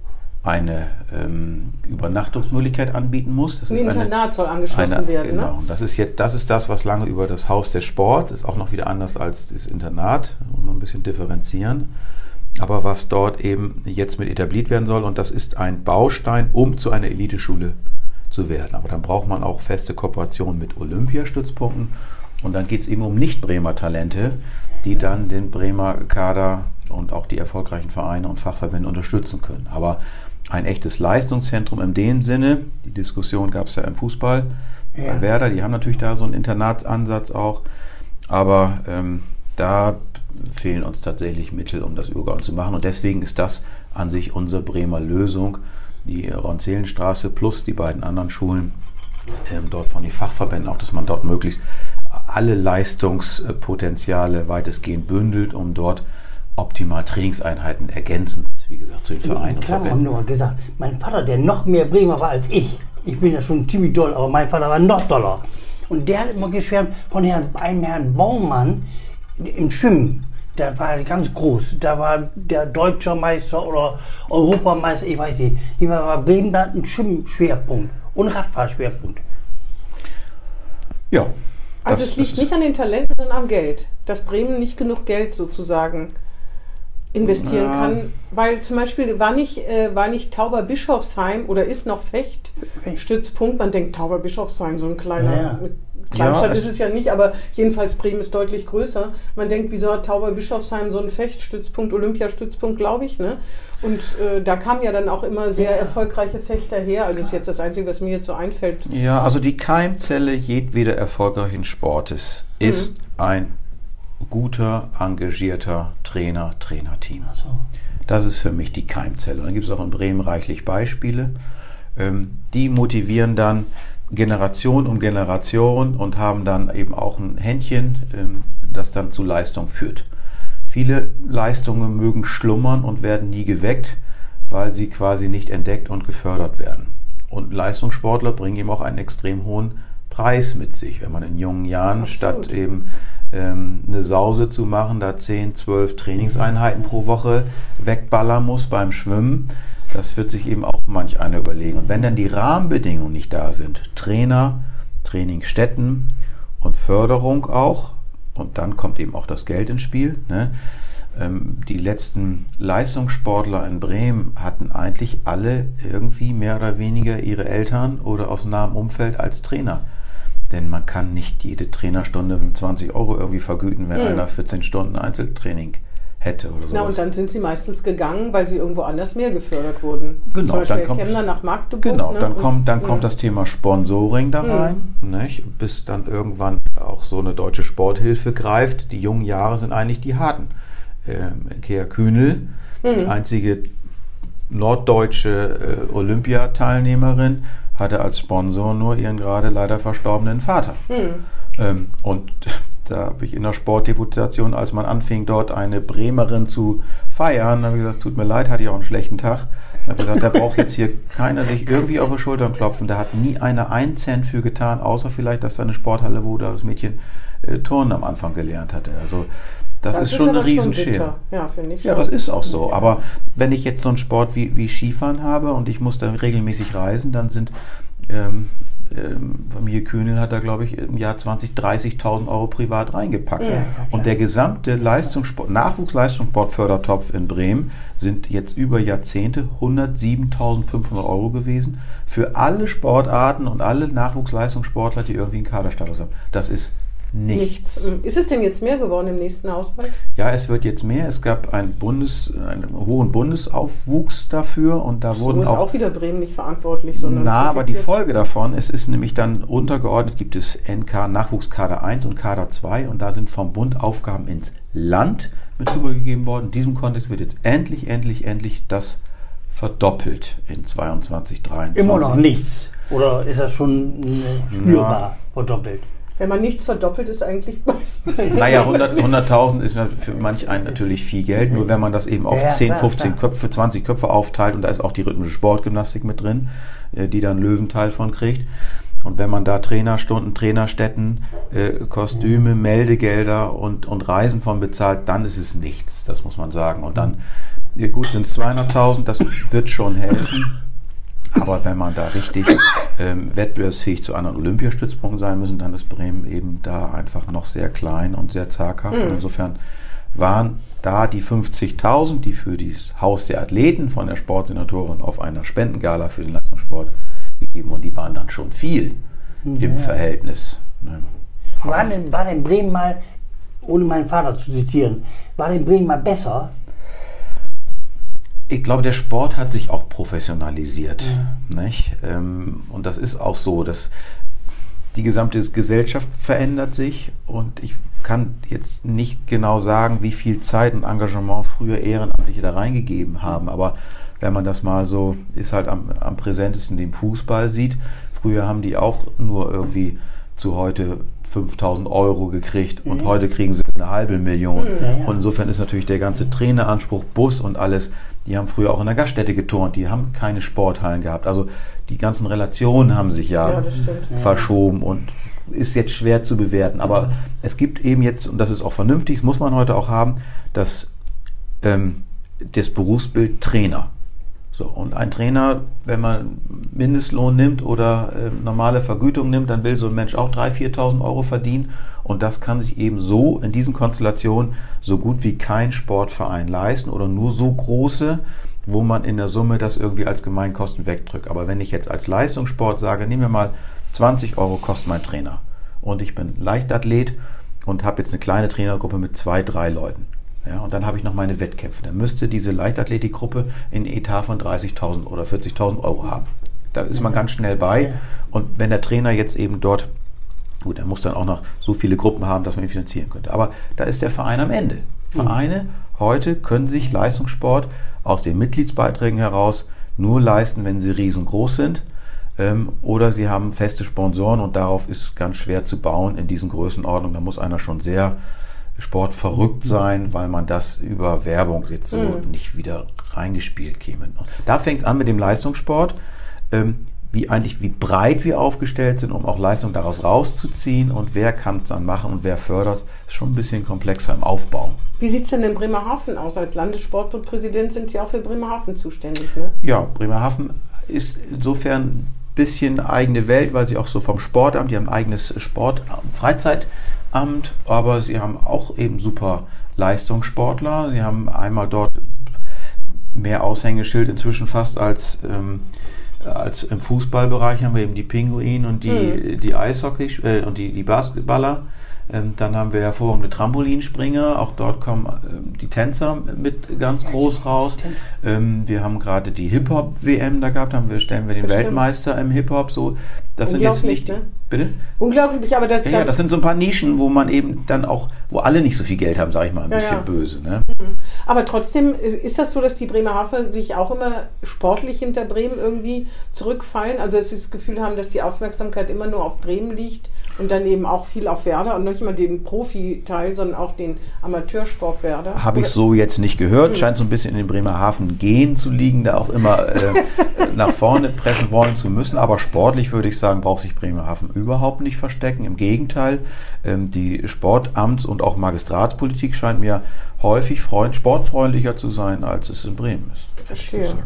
eine ähm, Übernachtungsmöglichkeit anbieten muss. Das Ein ist Internat eine, soll angeschlossen eine, werden. Genau, Ne? das ist jetzt, das ist das, was lange über das Haus des Sports ist, auch noch wieder anders als das Internat, muss man ein bisschen differenzieren. Aber was dort eben jetzt mit etabliert werden soll, und das ist ein Baustein, um zu einer Eliteschule zu werden. Aber dann braucht man auch feste Kooperationen mit Olympiastützpunkten und dann geht es eben um Nicht-Bremer Talente, die dann den Bremer Kader und auch die erfolgreichen Vereine und Fachverbände unterstützen können. Aber ein echtes Leistungszentrum in dem Sinne, die Diskussion gab es ja im Fußball, ja. bei Werder, die haben natürlich da so einen Internatsansatz auch, aber ähm, da fehlen uns tatsächlich Mittel, um das übergeordnet zu machen, und deswegen ist das an sich unsere Bremer Lösung, die Ronselenstraße plus die beiden anderen Schulen, ähm, dort von den Fachverbänden auch, dass man dort möglichst alle Leistungspotenziale weitestgehend bündelt, um dort optimal Trainingseinheiten ergänzend, wie gesagt, zu den Vereinen und Verbänden. Ich habe nur gesagt, mein Vater, der noch mehr Bremer war als ich, ich bin ja schon ziemlich doll, aber mein Vater war noch doller. Und der hat immer geschwärmt von Herrn, einem Herrn Baumann im Schwimmen. Der war ganz groß. Da war der deutsche Meister oder Europameister, ich weiß nicht. Die war, war Bremen da ein Schwimmschwerpunkt und Radfahrschwerpunkt. Ja. Also es liegt nicht an den Talenten, sondern am Geld. Dass Bremen nicht genug Geld sozusagen investieren ja. kann. Weil zum Beispiel war nicht, äh, war nicht Tauberbischofsheim oder ist noch Fecht Stützpunkt. Man denkt Tauberbischofsheim, so ein kleiner... Ja. Kleinstadt ja, ist es ja nicht, aber jedenfalls Bremen ist deutlich größer. Man denkt, wieso hat Tauberbischofsheim so einen Fechtstützpunkt, Olympiastützpunkt, glaube ich. Ne? Und äh, da kamen ja dann auch immer sehr ja. erfolgreiche Fechter her. Also das ist jetzt das Einzige, was mir jetzt so einfällt. Ja, also die Keimzelle jedweder erfolgreichen Sportes mhm. ist ein guter, engagierter Trainer, Trainerteam. So. Das ist für mich die Keimzelle. Und dann gibt es auch in Bremen reichlich Beispiele. Ähm, die motivieren dann Generation um Generation und haben dann eben auch ein Händchen, das dann zu Leistung führt. Viele Leistungen mögen schlummern und werden nie geweckt, weil sie quasi nicht entdeckt und gefördert werden. Und Leistungssportler bringen eben auch einen extrem hohen Preis mit sich, wenn man in jungen Jahren Absolut. statt eben ähm, eine Sause zu machen, da zehn, zwölf Trainingseinheiten pro Woche wegballern muss beim Schwimmen. Das wird sich eben auch manch einer überlegen. Und wenn dann die Rahmenbedingungen nicht da sind, Trainer, Trainingsstätten und Förderung auch, und dann kommt eben auch das Geld ins Spiel. Ne? Ähm, die letzten Leistungssportler in Bremen hatten eigentlich alle irgendwie mehr oder weniger ihre Eltern oder aus nahem Umfeld als Trainer. Denn man kann nicht jede Trainerstunde zwanzig Euro irgendwie vergüten, wenn mhm. einer vierzehn Stunden Einzeltraining hätte oder sowas. Na, und dann sind sie meistens gegangen, weil sie irgendwo anders mehr gefördert wurden. Genau, Zum Beispiel dann kommt, Kemner nach Magdeburg. Genau, ne? dann kommt, dann und, kommt ja. das Thema Sponsoring da rein, mhm. nicht? Bis dann irgendwann auch so eine deutsche Sporthilfe greift. Die jungen Jahre sind eigentlich die harten. Ähm, Kea Kühnel, mhm. die einzige norddeutsche äh, Olympiateilnehmerin, hatte als Sponsor nur ihren gerade leider verstorbenen Vater. Mhm. Ähm, und da habe ich in der Sportdeputation, als man anfing, dort eine Bremerin zu feiern, habe ich gesagt, tut mir leid, hatte ich auch einen schlechten Tag. Da habe ich gesagt, da braucht jetzt hier keiner sich irgendwie auf die Schultern klopfen. Da hat nie einer einen Cent für getan, außer vielleicht, dass da eine Sporthalle, wo das Mädchen äh, Turnen am Anfang gelernt hatte. Also das, das ist schon eine Riesenschere. Ja, finde ich schon. Ja, das ist auch so. Aber wenn ich jetzt so einen Sport wie, wie Skifahren habe und ich muss da regelmäßig reisen, dann sind ähm, ähm, Familie Kühnel hat da, glaube ich, im Jahr zwanzig, dreißigtausend Euro privat reingepackt. Ja, ja, und der gesamte Leistungssport, Nachwuchsleistungssportfördertopf in Bremen sind jetzt über Jahrzehnte hundertsiebentausendfünfhundert Euro gewesen für alle Sportarten und alle Nachwuchsleistungssportler, die irgendwie einen Kaderstatus haben. Das ist nichts. nichts. Ist es denn jetzt mehr geworden im nächsten Haushalt? Ja, es wird jetzt mehr. Es gab einen, Bundes, einen hohen Bundesaufwuchs dafür und da so wurden ist auch, auch wieder Bremen nicht verantwortlich, sondern na, aber die Folge davon, es ist nämlich dann untergeordnet, gibt es N K Nachwuchskader eins und Kader zwei und da sind vom Bund Aufgaben ins Land mit rübergegeben worden. In diesem Kontext wird jetzt endlich, endlich, endlich das verdoppelt in zweiundzwanzig, dreiundzwanzig. Immer noch nichts? Oder ist das schon spürbar ja. verdoppelt? Wenn man nichts verdoppelt, ist eigentlich meistens. Naja, hunderttausend ist für manch einen natürlich viel Geld. Nur wenn man das eben auf ja, zehn, fünfzehn klar. Köpfe, zwanzig Köpfe aufteilt und da ist auch die rhythmische Sportgymnastik mit drin, die dann Löwenteil von kriegt. Und wenn man da Trainerstunden, Trainerstätten, äh, Kostüme, Meldegelder und, und Reisen von bezahlt, dann ist es nichts, das muss man sagen. Und dann, ja gut, sind es zweihunderttausend, das wird schon helfen. Aber wenn man da richtig ähm, wettbewerbsfähig zu anderen Olympiastützpunkten sein müssen, dann ist Bremen eben da einfach noch sehr klein und sehr zaghaft. Mhm. Insofern waren da die fünfzigtausend, die für das Haus der Athleten von der Sportsenatorin auf einer Spendengala für den Leistungssport gegeben und die waren dann schon viel ja. im Verhältnis. Ne? War denn, war denn Bremen mal, ohne meinen Vater zu zitieren, war denn Bremen mal besser? Ich glaube, der Sport hat sich auch professionalisiert. Ja. Nicht? Und das ist auch so, dass die gesamte Gesellschaft verändert sich und ich kann jetzt nicht genau sagen, wie viel Zeit und Engagement früher Ehrenamtliche da reingegeben haben, aber wenn man das mal so, ist halt am, am präsentesten den Fußball sieht, früher haben die auch nur irgendwie zu heute fünftausend Euro gekriegt und mhm. heute kriegen sie eine halbe Million. Mhm. Ja, ja. Und insofern ist natürlich der ganze Traineranspruch, Bus und alles, die haben früher auch in der Gaststätte geturnt, die haben keine Sporthallen gehabt. Also die ganzen Relationen haben sich ja, ja verschoben und ist jetzt schwer zu bewerten. Aber ja. es gibt eben jetzt, und das ist auch vernünftig, das muss man heute auch haben, dass ähm, das Berufsbild Trainer. So, und ein Trainer, wenn man Mindestlohn nimmt oder äh, normale Vergütung nimmt, dann will so ein Mensch auch dreitausend, viertausend Euro verdienen. Und das kann sich eben so in diesen Konstellationen so gut wie kein Sportverein leisten oder nur so große, wo man in der Summe das irgendwie als Gemeinkosten wegdrückt. Aber wenn ich jetzt als Leistungssport sage, nehmen wir mal zwanzig Euro kostet mein Trainer und ich bin Leichtathlet und habe jetzt eine kleine Trainergruppe mit zwei, drei Leuten. Ja, und dann habe ich noch meine Wettkämpfe. Dann müsste diese Leichtathletikgruppe einen Etat von dreißigtausend oder vierzigtausend Euro haben. Da ist man ganz schnell bei. Und wenn der Trainer jetzt eben dort, gut, er muss dann auch noch so viele Gruppen haben, dass man ihn finanzieren könnte. Aber da ist der Verein am Ende. Vereine heute können sich Leistungssport aus den Mitgliedsbeiträgen heraus nur leisten, wenn sie riesengroß sind. Ähm, oder sie haben feste Sponsoren und darauf ist ganz schwer zu bauen in diesen Größenordnungen. Da muss einer schon sehr sportverrückt sein, weil man das über Werbung jetzt so mhm. nicht wieder reingespielt käme. Da fängt es an mit dem Leistungssport, ähm, wie eigentlich wie breit wir aufgestellt sind, um auch Leistung daraus rauszuziehen und wer kann es dann machen und wer fördert es, ist schon ein bisschen komplexer im Aufbau. Wie sieht es denn in Bremerhaven aus? Als Landessportbundpräsident sind Sie auch für Bremerhaven zuständig, ne? Ja, Bremerhaven ist insofern ein bisschen eigene Welt, weil sie auch so vom Sportamt, die haben ein eigenes Sport- Freizeit Amt, aber sie haben auch eben super Leistungssportler. Sie haben einmal dort mehr Aushängeschild inzwischen fast als, ähm, als im Fußballbereich haben wir eben die Pinguine und die, mhm. die Eishockey äh, und die, die Basketballer. Ähm, dann haben wir hervorragende Trampolinspringer, auch dort kommen ähm, die Tänzer mit ganz groß raus. Ähm, wir haben gerade die Hip-Hop-W M da gehabt, haben wir, stellen wir den Bestimmt. Weltmeister im Hip-Hop. So, das sind jetzt nicht. Ne? Bitte? Unglaublich, aber das, ja, ja, das sind so ein paar Nischen, wo man eben dann auch, wo alle nicht so viel Geld haben, sage ich mal, ein ja, bisschen ja. böse. Ne? Aber trotzdem ist, ist das so, dass die Bremerhaven sich auch immer sportlich hinter Bremen irgendwie zurückfallen? Also dass sie das Gefühl haben, dass die Aufmerksamkeit immer nur auf Bremen liegt und dann eben auch viel auf Werder und nicht immer den Profiteil, sondern auch den Amateursport Werder? Habe ich so jetzt nicht gehört. Hm. Scheint so ein bisschen in den Bremerhaven gehen zu liegen, da auch immer äh, nach vorne pressen wollen zu müssen. Aber sportlich würde ich sagen, braucht sich Bremerhaven überhaupt nicht verstecken. Im Gegenteil, ähm, die Sportamts- und auch Magistratspolitik scheint mir häufig freund, sportfreundlicher zu sein, als es in Bremen ist. Verstehe.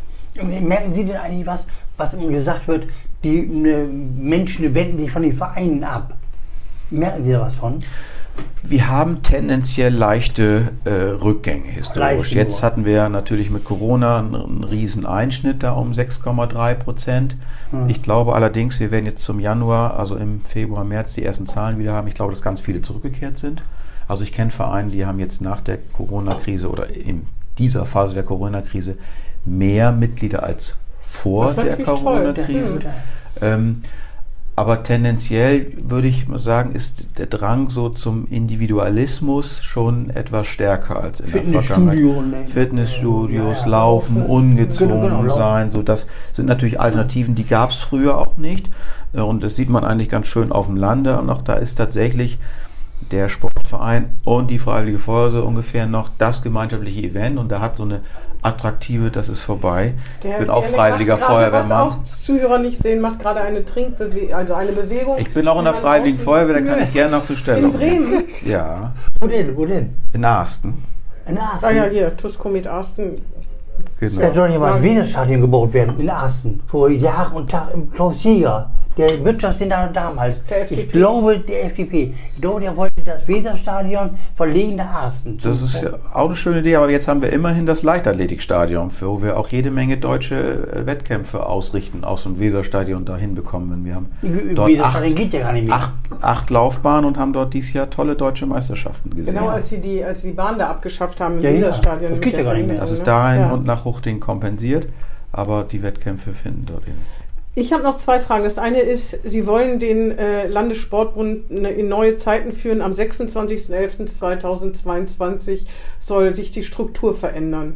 Merken Sie denn eigentlich was, was immer gesagt wird, die ne, Menschen wenden sich von den Vereinen ab? Merken Sie da was von? Wir haben tendenziell leichte äh, Rückgänge historisch. Jetzt hatten wir natürlich mit Corona einen, einen riesen Einschnitt da um sechs Komma drei Prozent. Hm. Ich glaube allerdings, wir werden jetzt zum Januar, also im Februar, März die ersten Zahlen wieder haben. Ich glaube, dass ganz viele zurückgekehrt sind. Also ich kenne Vereine, die haben jetzt nach der Corona-Krise oder in dieser Phase der Corona-Krise mehr Mitglieder als vor der Corona-Krise. Ähm, aber tendenziell würde ich mal sagen, ist der Drang so zum Individualismus schon etwas stärker als in der Vergangenheit. Fitnessstudios, ja, ja, Laufen, ungezwungen genau, genau, sein, so das sind natürlich Alternativen, die gab es früher auch nicht. Und das sieht man eigentlich ganz schön auf dem Lande. Und auch da ist tatsächlich der Sportverein und die Freiwillige Feuerwehr so ungefähr noch das gemeinschaftliche Event. Und da hat so eine attraktive, das ist vorbei. Der, ich bin auch freiwilliger Feuerwehrmann. Was auch Zuhörer nicht sehen, macht gerade eine Trinkbewegung, also eine Bewegung. Ich bin auch in der Freiwilligen Feuerwehr, da kann ich gerne noch zur Stelle. In Bremen? Ja. Wo denn? Wo denn? In Arsten. In Arsten? Ah ja, hier, Tuskomit Arsten. Genau. Da soll ja mal ein Weserstadion gebaut werden in Arsten. Vor Jahr und Tag im Klaus Jäger. Der Wirtschaftssenator damals. Der F D P. Ich glaube, der F D P. Ich glaube, der wollte das Weserstadion verlegen nach Asten. Das ist ja auch eine schöne Idee, aber jetzt haben wir immerhin das Leichtathletikstadion, für wo wir auch jede Menge deutsche Wettkämpfe ausrichten, aus dem Weserstadion dahin bekommen. Wenn wir haben dort Weserstadion acht, geht ja gar nicht mehr. Acht, acht Laufbahnen und haben dort dieses Jahr tolle deutsche Meisterschaften gesehen. Genau, als sie die, als sie die Bahn da abgeschafft haben im Ja, ja. Weserstadion. Das mit geht der ja gar nicht mehr. Verlängerung, Das ist ne? dahin Ja. und nach Huchting kompensiert, aber die Wettkämpfe finden dort eben. Ich habe noch zwei Fragen. Das eine ist, Sie wollen den äh, Landessportbund in neue Zeiten führen. Am sechsundzwanzigsten elften zweitausendzweiundzwanzig soll sich die Struktur verändern.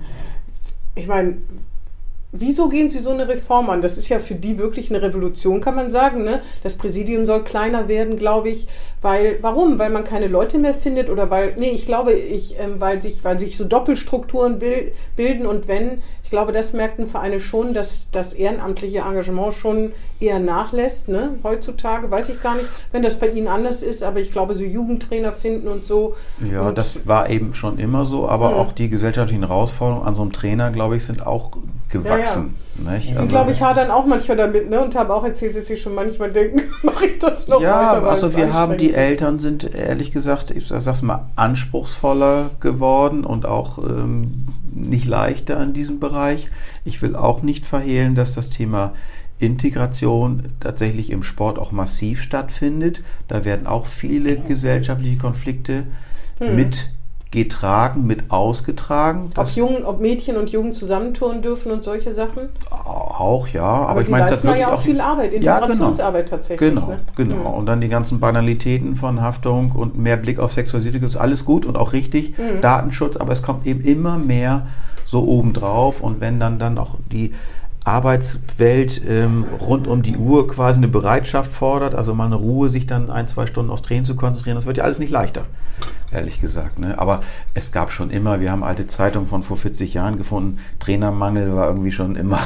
Ich meine, wieso gehen Sie so eine Reform an? Das ist ja für die wirklich eine Revolution, kann man sagen. Ne? Das Präsidium soll kleiner werden, glaube ich. Weil, warum? Weil man keine Leute mehr findet oder weil, nee, ich glaube, ich, ähm, weil, sich, weil sich so Doppelstrukturen bil- bilden und wenn, ich glaube, das merkten Vereine schon, dass das ehrenamtliche Engagement schon eher nachlässt, ne? Heutzutage, weiß ich gar nicht, wenn das bei Ihnen anders ist, aber ich glaube, so Jugendtrainer finden und so. Ja, und das war eben schon immer so, aber Ja. auch die gesellschaftlichen Herausforderungen an so einem Trainer, glaube ich, sind auch gewachsen. Nicht? Sie, Also- glaube ich, hadern auch manchmal damit, ne? Und haben auch erzählt, dass sie schon manchmal denken, mache ich das noch Ja, weiter? weil also es wir haben, die anstrengend ist. Eltern sind ehrlich gesagt, ich sag's mal, anspruchsvoller geworden und auch ähm, nicht leichter in diesem Bereich. Ich will auch nicht verhehlen, dass das Thema Integration tatsächlich im Sport auch massiv stattfindet. Da werden auch viele gesellschaftliche Konflikte Hm. mitgetragen, mit ausgetragen. Ob, Das Jungen, ob Mädchen und Jungen zusammentouren dürfen und solche Sachen. auch, ja. Aber, Aber, ich sie meine, das leisten da wirklich ja auch viel Arbeit, Integrationsarbeit tatsächlich. Genau, ne? genau. Mhm. Und dann die ganzen Banalitäten von Haftung und mehr Blick auf Sexualität, ist alles gut und auch richtig. Mhm. Datenschutz, aber es kommt eben immer mehr so obendrauf. Und wenn dann, dann auch die Arbeitswelt ähm, rund um die Uhr quasi eine Bereitschaft fordert, also mal eine Ruhe, sich dann ein, zwei Stunden aufs Training zu konzentrieren, das wird ja alles nicht leichter, ehrlich gesagt. Ne? Aber es gab schon immer, wir haben alte Zeitungen von vor vierzig Jahren gefunden, Trainermangel war irgendwie schon immer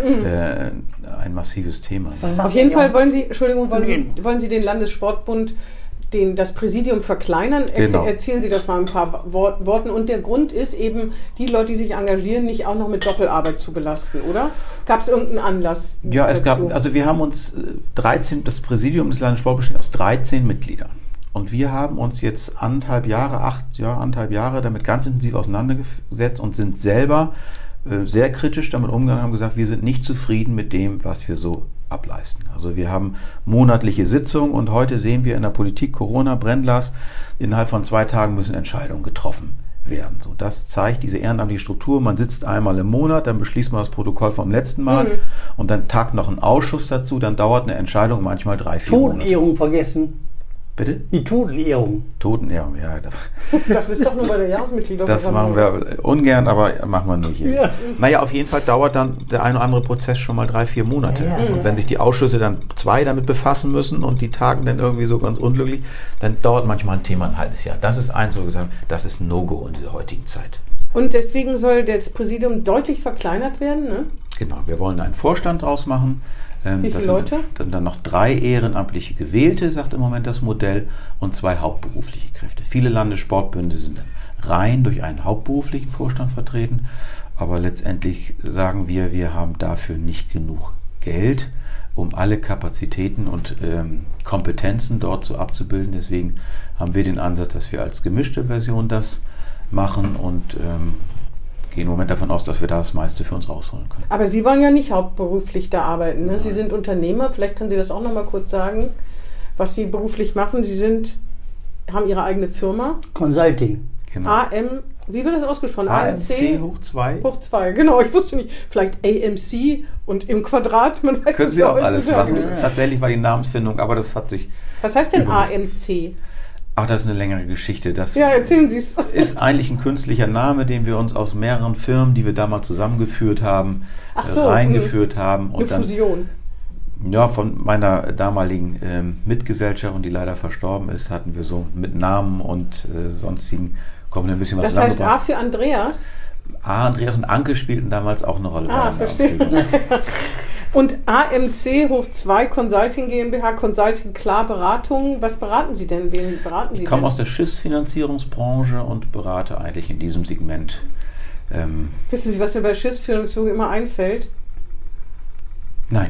äh, ein massives Thema. Ne? Auf jeden Fall wollen Sie, Entschuldigung, wollen Sie, wollen Sie den Landessportbund, den, das Präsidium verkleinern? Er, Genau. Erzählen Sie das mal ein paar Wort, Worten. Und der Grund ist eben, die Leute, die sich engagieren, nicht auch noch mit Doppelarbeit zu belasten, oder? Gab es irgendeinen Anlass Ja, es dazu? gab, also wir haben uns äh, dreizehn, das Präsidium des Landessportbundes besteht aus dreizehn Mitgliedern. Und wir haben uns jetzt anderthalb Jahre, acht, ja, anderthalb Jahre damit ganz intensiv auseinandergesetzt und sind selber äh, sehr kritisch damit umgegangen, haben gesagt, wir sind nicht zufrieden mit dem, was wir so ableisten. Also wir haben monatliche Sitzungen und heute sehen wir in der Politik Corona, Brennglas, innerhalb von zwei Tagen müssen Entscheidungen getroffen werden. So, das zeigt diese ehrenamtliche Struktur. Man sitzt einmal im Monat, dann beschließt man das Protokoll vom letzten Mal Mhm. und dann tagt noch ein Ausschuss dazu, dann dauert eine Entscheidung manchmal drei, vier Monate. Totenehrung vergessen. Bitte? Die Totenehrung. Totenehrung, ja. Das ist doch nur bei der Jahresmitgliederversammlung. Das machen wir ungern, aber machen wir nur hier. Ja. Naja, auf jeden Fall dauert dann der ein oder andere Prozess schon mal drei, vier Monate. Ja, ja. Und wenn sich die Ausschüsse dann zwei damit befassen müssen und die tagen dann irgendwie so ganz unglücklich, dann dauert manchmal ein Thema ein halbes Jahr. Das ist eins, wo wir sagen, das ist No-Go in dieser heutigen Zeit. Und deswegen soll das Präsidium deutlich verkleinert werden, ne? Genau, wir wollen einen Vorstand draus machen. Ähm, Wie das viele sind Leute? Dann, dann noch drei ehrenamtliche Gewählte, sagt im Moment das Modell, und zwei hauptberufliche Kräfte. Viele Landessportbünde sind dann rein durch einen hauptberuflichen Vorstand vertreten, aber letztendlich sagen wir, wir haben dafür nicht genug Geld, um alle Kapazitäten und ähm, Kompetenzen dort so abzubilden. Deswegen haben wir den Ansatz, dass wir als gemischte Version das machen und ähm, gehen im Moment davon aus, dass wir da das meiste für uns rausholen können. Aber Sie wollen ja nicht hauptberuflich da arbeiten, ne? Sie sind Unternehmer, vielleicht können Sie das auch noch mal kurz sagen, was Sie beruflich machen. Sie sind, haben Ihre eigene Firma, Consulting. Genau. A M, wie wird das ausgesprochen? A M C hoch zwei. Hoch zwei, genau, ich wusste nicht, vielleicht A M C und im Quadrat, man weiß Können es Sie ja auch alles heutzutage. machen. Tatsächlich war die Namensfindung, aber das hat sich... Was heißt denn Über- A M C? Ach, das ist eine längere Geschichte. Das Ja, erzählen Sie es. ist eigentlich ein künstlicher Name, den wir uns aus mehreren Firmen, die wir damals zusammengeführt haben, Ach äh, so, reingeführt haben. Eine Und dann, Fusion. ja, von meiner damaligen ähm, Mitgesellschafterin, die leider verstorben ist, hatten wir so mit Namen und äh, sonstigen kommen ein bisschen was Das heißt A zusammengebracht. für Andreas. A, Andreas und Anke spielten damals auch eine Rolle. Ah, bei der verstehe. Namensgebung. Und A M C hoch zwei Consulting GmbH, Consulting Klar Beratung. Was beraten Sie denn? Wen beraten Sie Ich komme denn? aus der Schiffsfinanzierungsbranche und berate eigentlich in diesem Segment. Ähm, Wissen Sie, was mir bei Schiffsfinanzierung immer einfällt? nein.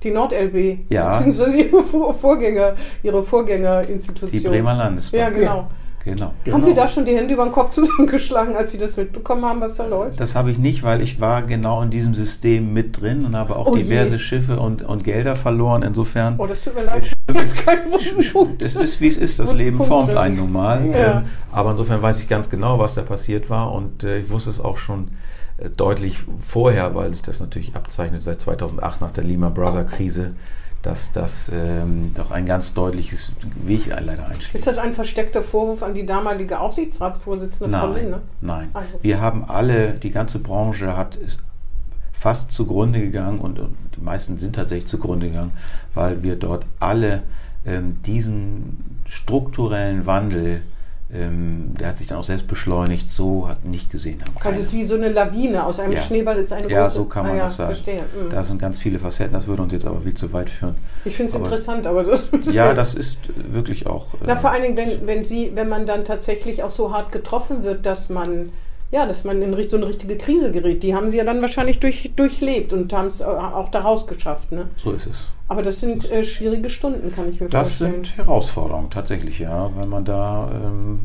Die Nord-L B, Ja. beziehungsweise ihre Vor- Vorgänger, ihre Vorgängerinstitution. Die Bremer Landesbank. Ja, genau. Genau. Haben Sie da schon die Hände über den Kopf zusammengeschlagen, als Sie das mitbekommen haben, was da läuft? Das habe ich nicht, weil ich war genau in diesem System mit drin und habe auch Oh diverse je. Schiffe und, und Gelder verloren. Insofern, Oh, das tut mir leid. Ich habe jetzt keinen Wunschpunkt. es ist, wie es ist. Das Punkt Leben drin. formt einen nun mal. Ja. Ähm, aber insofern weiß ich ganz genau, was da passiert war. Und äh, ich wusste es auch schon äh, deutlich vorher, weil sich das natürlich abzeichnet seit zweitausendacht nach der Lehman Brothers Krise, dass das ähm, doch ein ganz deutliches Weg leider einschlägt. Ist das ein versteckter Vorwurf an die damalige Aufsichtsratsvorsitzende Frau Nein, Linde? nein. Also. Wir haben alle, die ganze Branche hat ist fast zugrunde gegangen und, und die meisten sind tatsächlich zugrunde gegangen, weil wir dort alle ähm, diesen strukturellen Wandel, ähm, der hat sich dann auch selbst beschleunigt, so hat nicht gesehen haben. Also es ist wie so eine Lawine, aus einem Ja. Schneeball ist eine Ja, große... so kann man ah, ja, das sagen. Verstehe. Mhm. Da sind ganz viele Facetten, das würde uns jetzt aber viel zu weit führen. Ich finde es aber- interessant, aber das... Ja, das ist wirklich auch... Na, äh, vor allen Dingen, wenn, wenn, Sie, wenn man dann tatsächlich auch so hart getroffen wird, dass man, ja, dass man in richt- so eine richtige Krise gerät. Die haben Sie ja dann wahrscheinlich durch, durchlebt und haben es auch daraus geschafft. Ne? so ist es. Aber das sind äh, schwierige Stunden, kann ich mir Das vorstellen. sind Herausforderungen, tatsächlich, ja. Wenn man da ähm,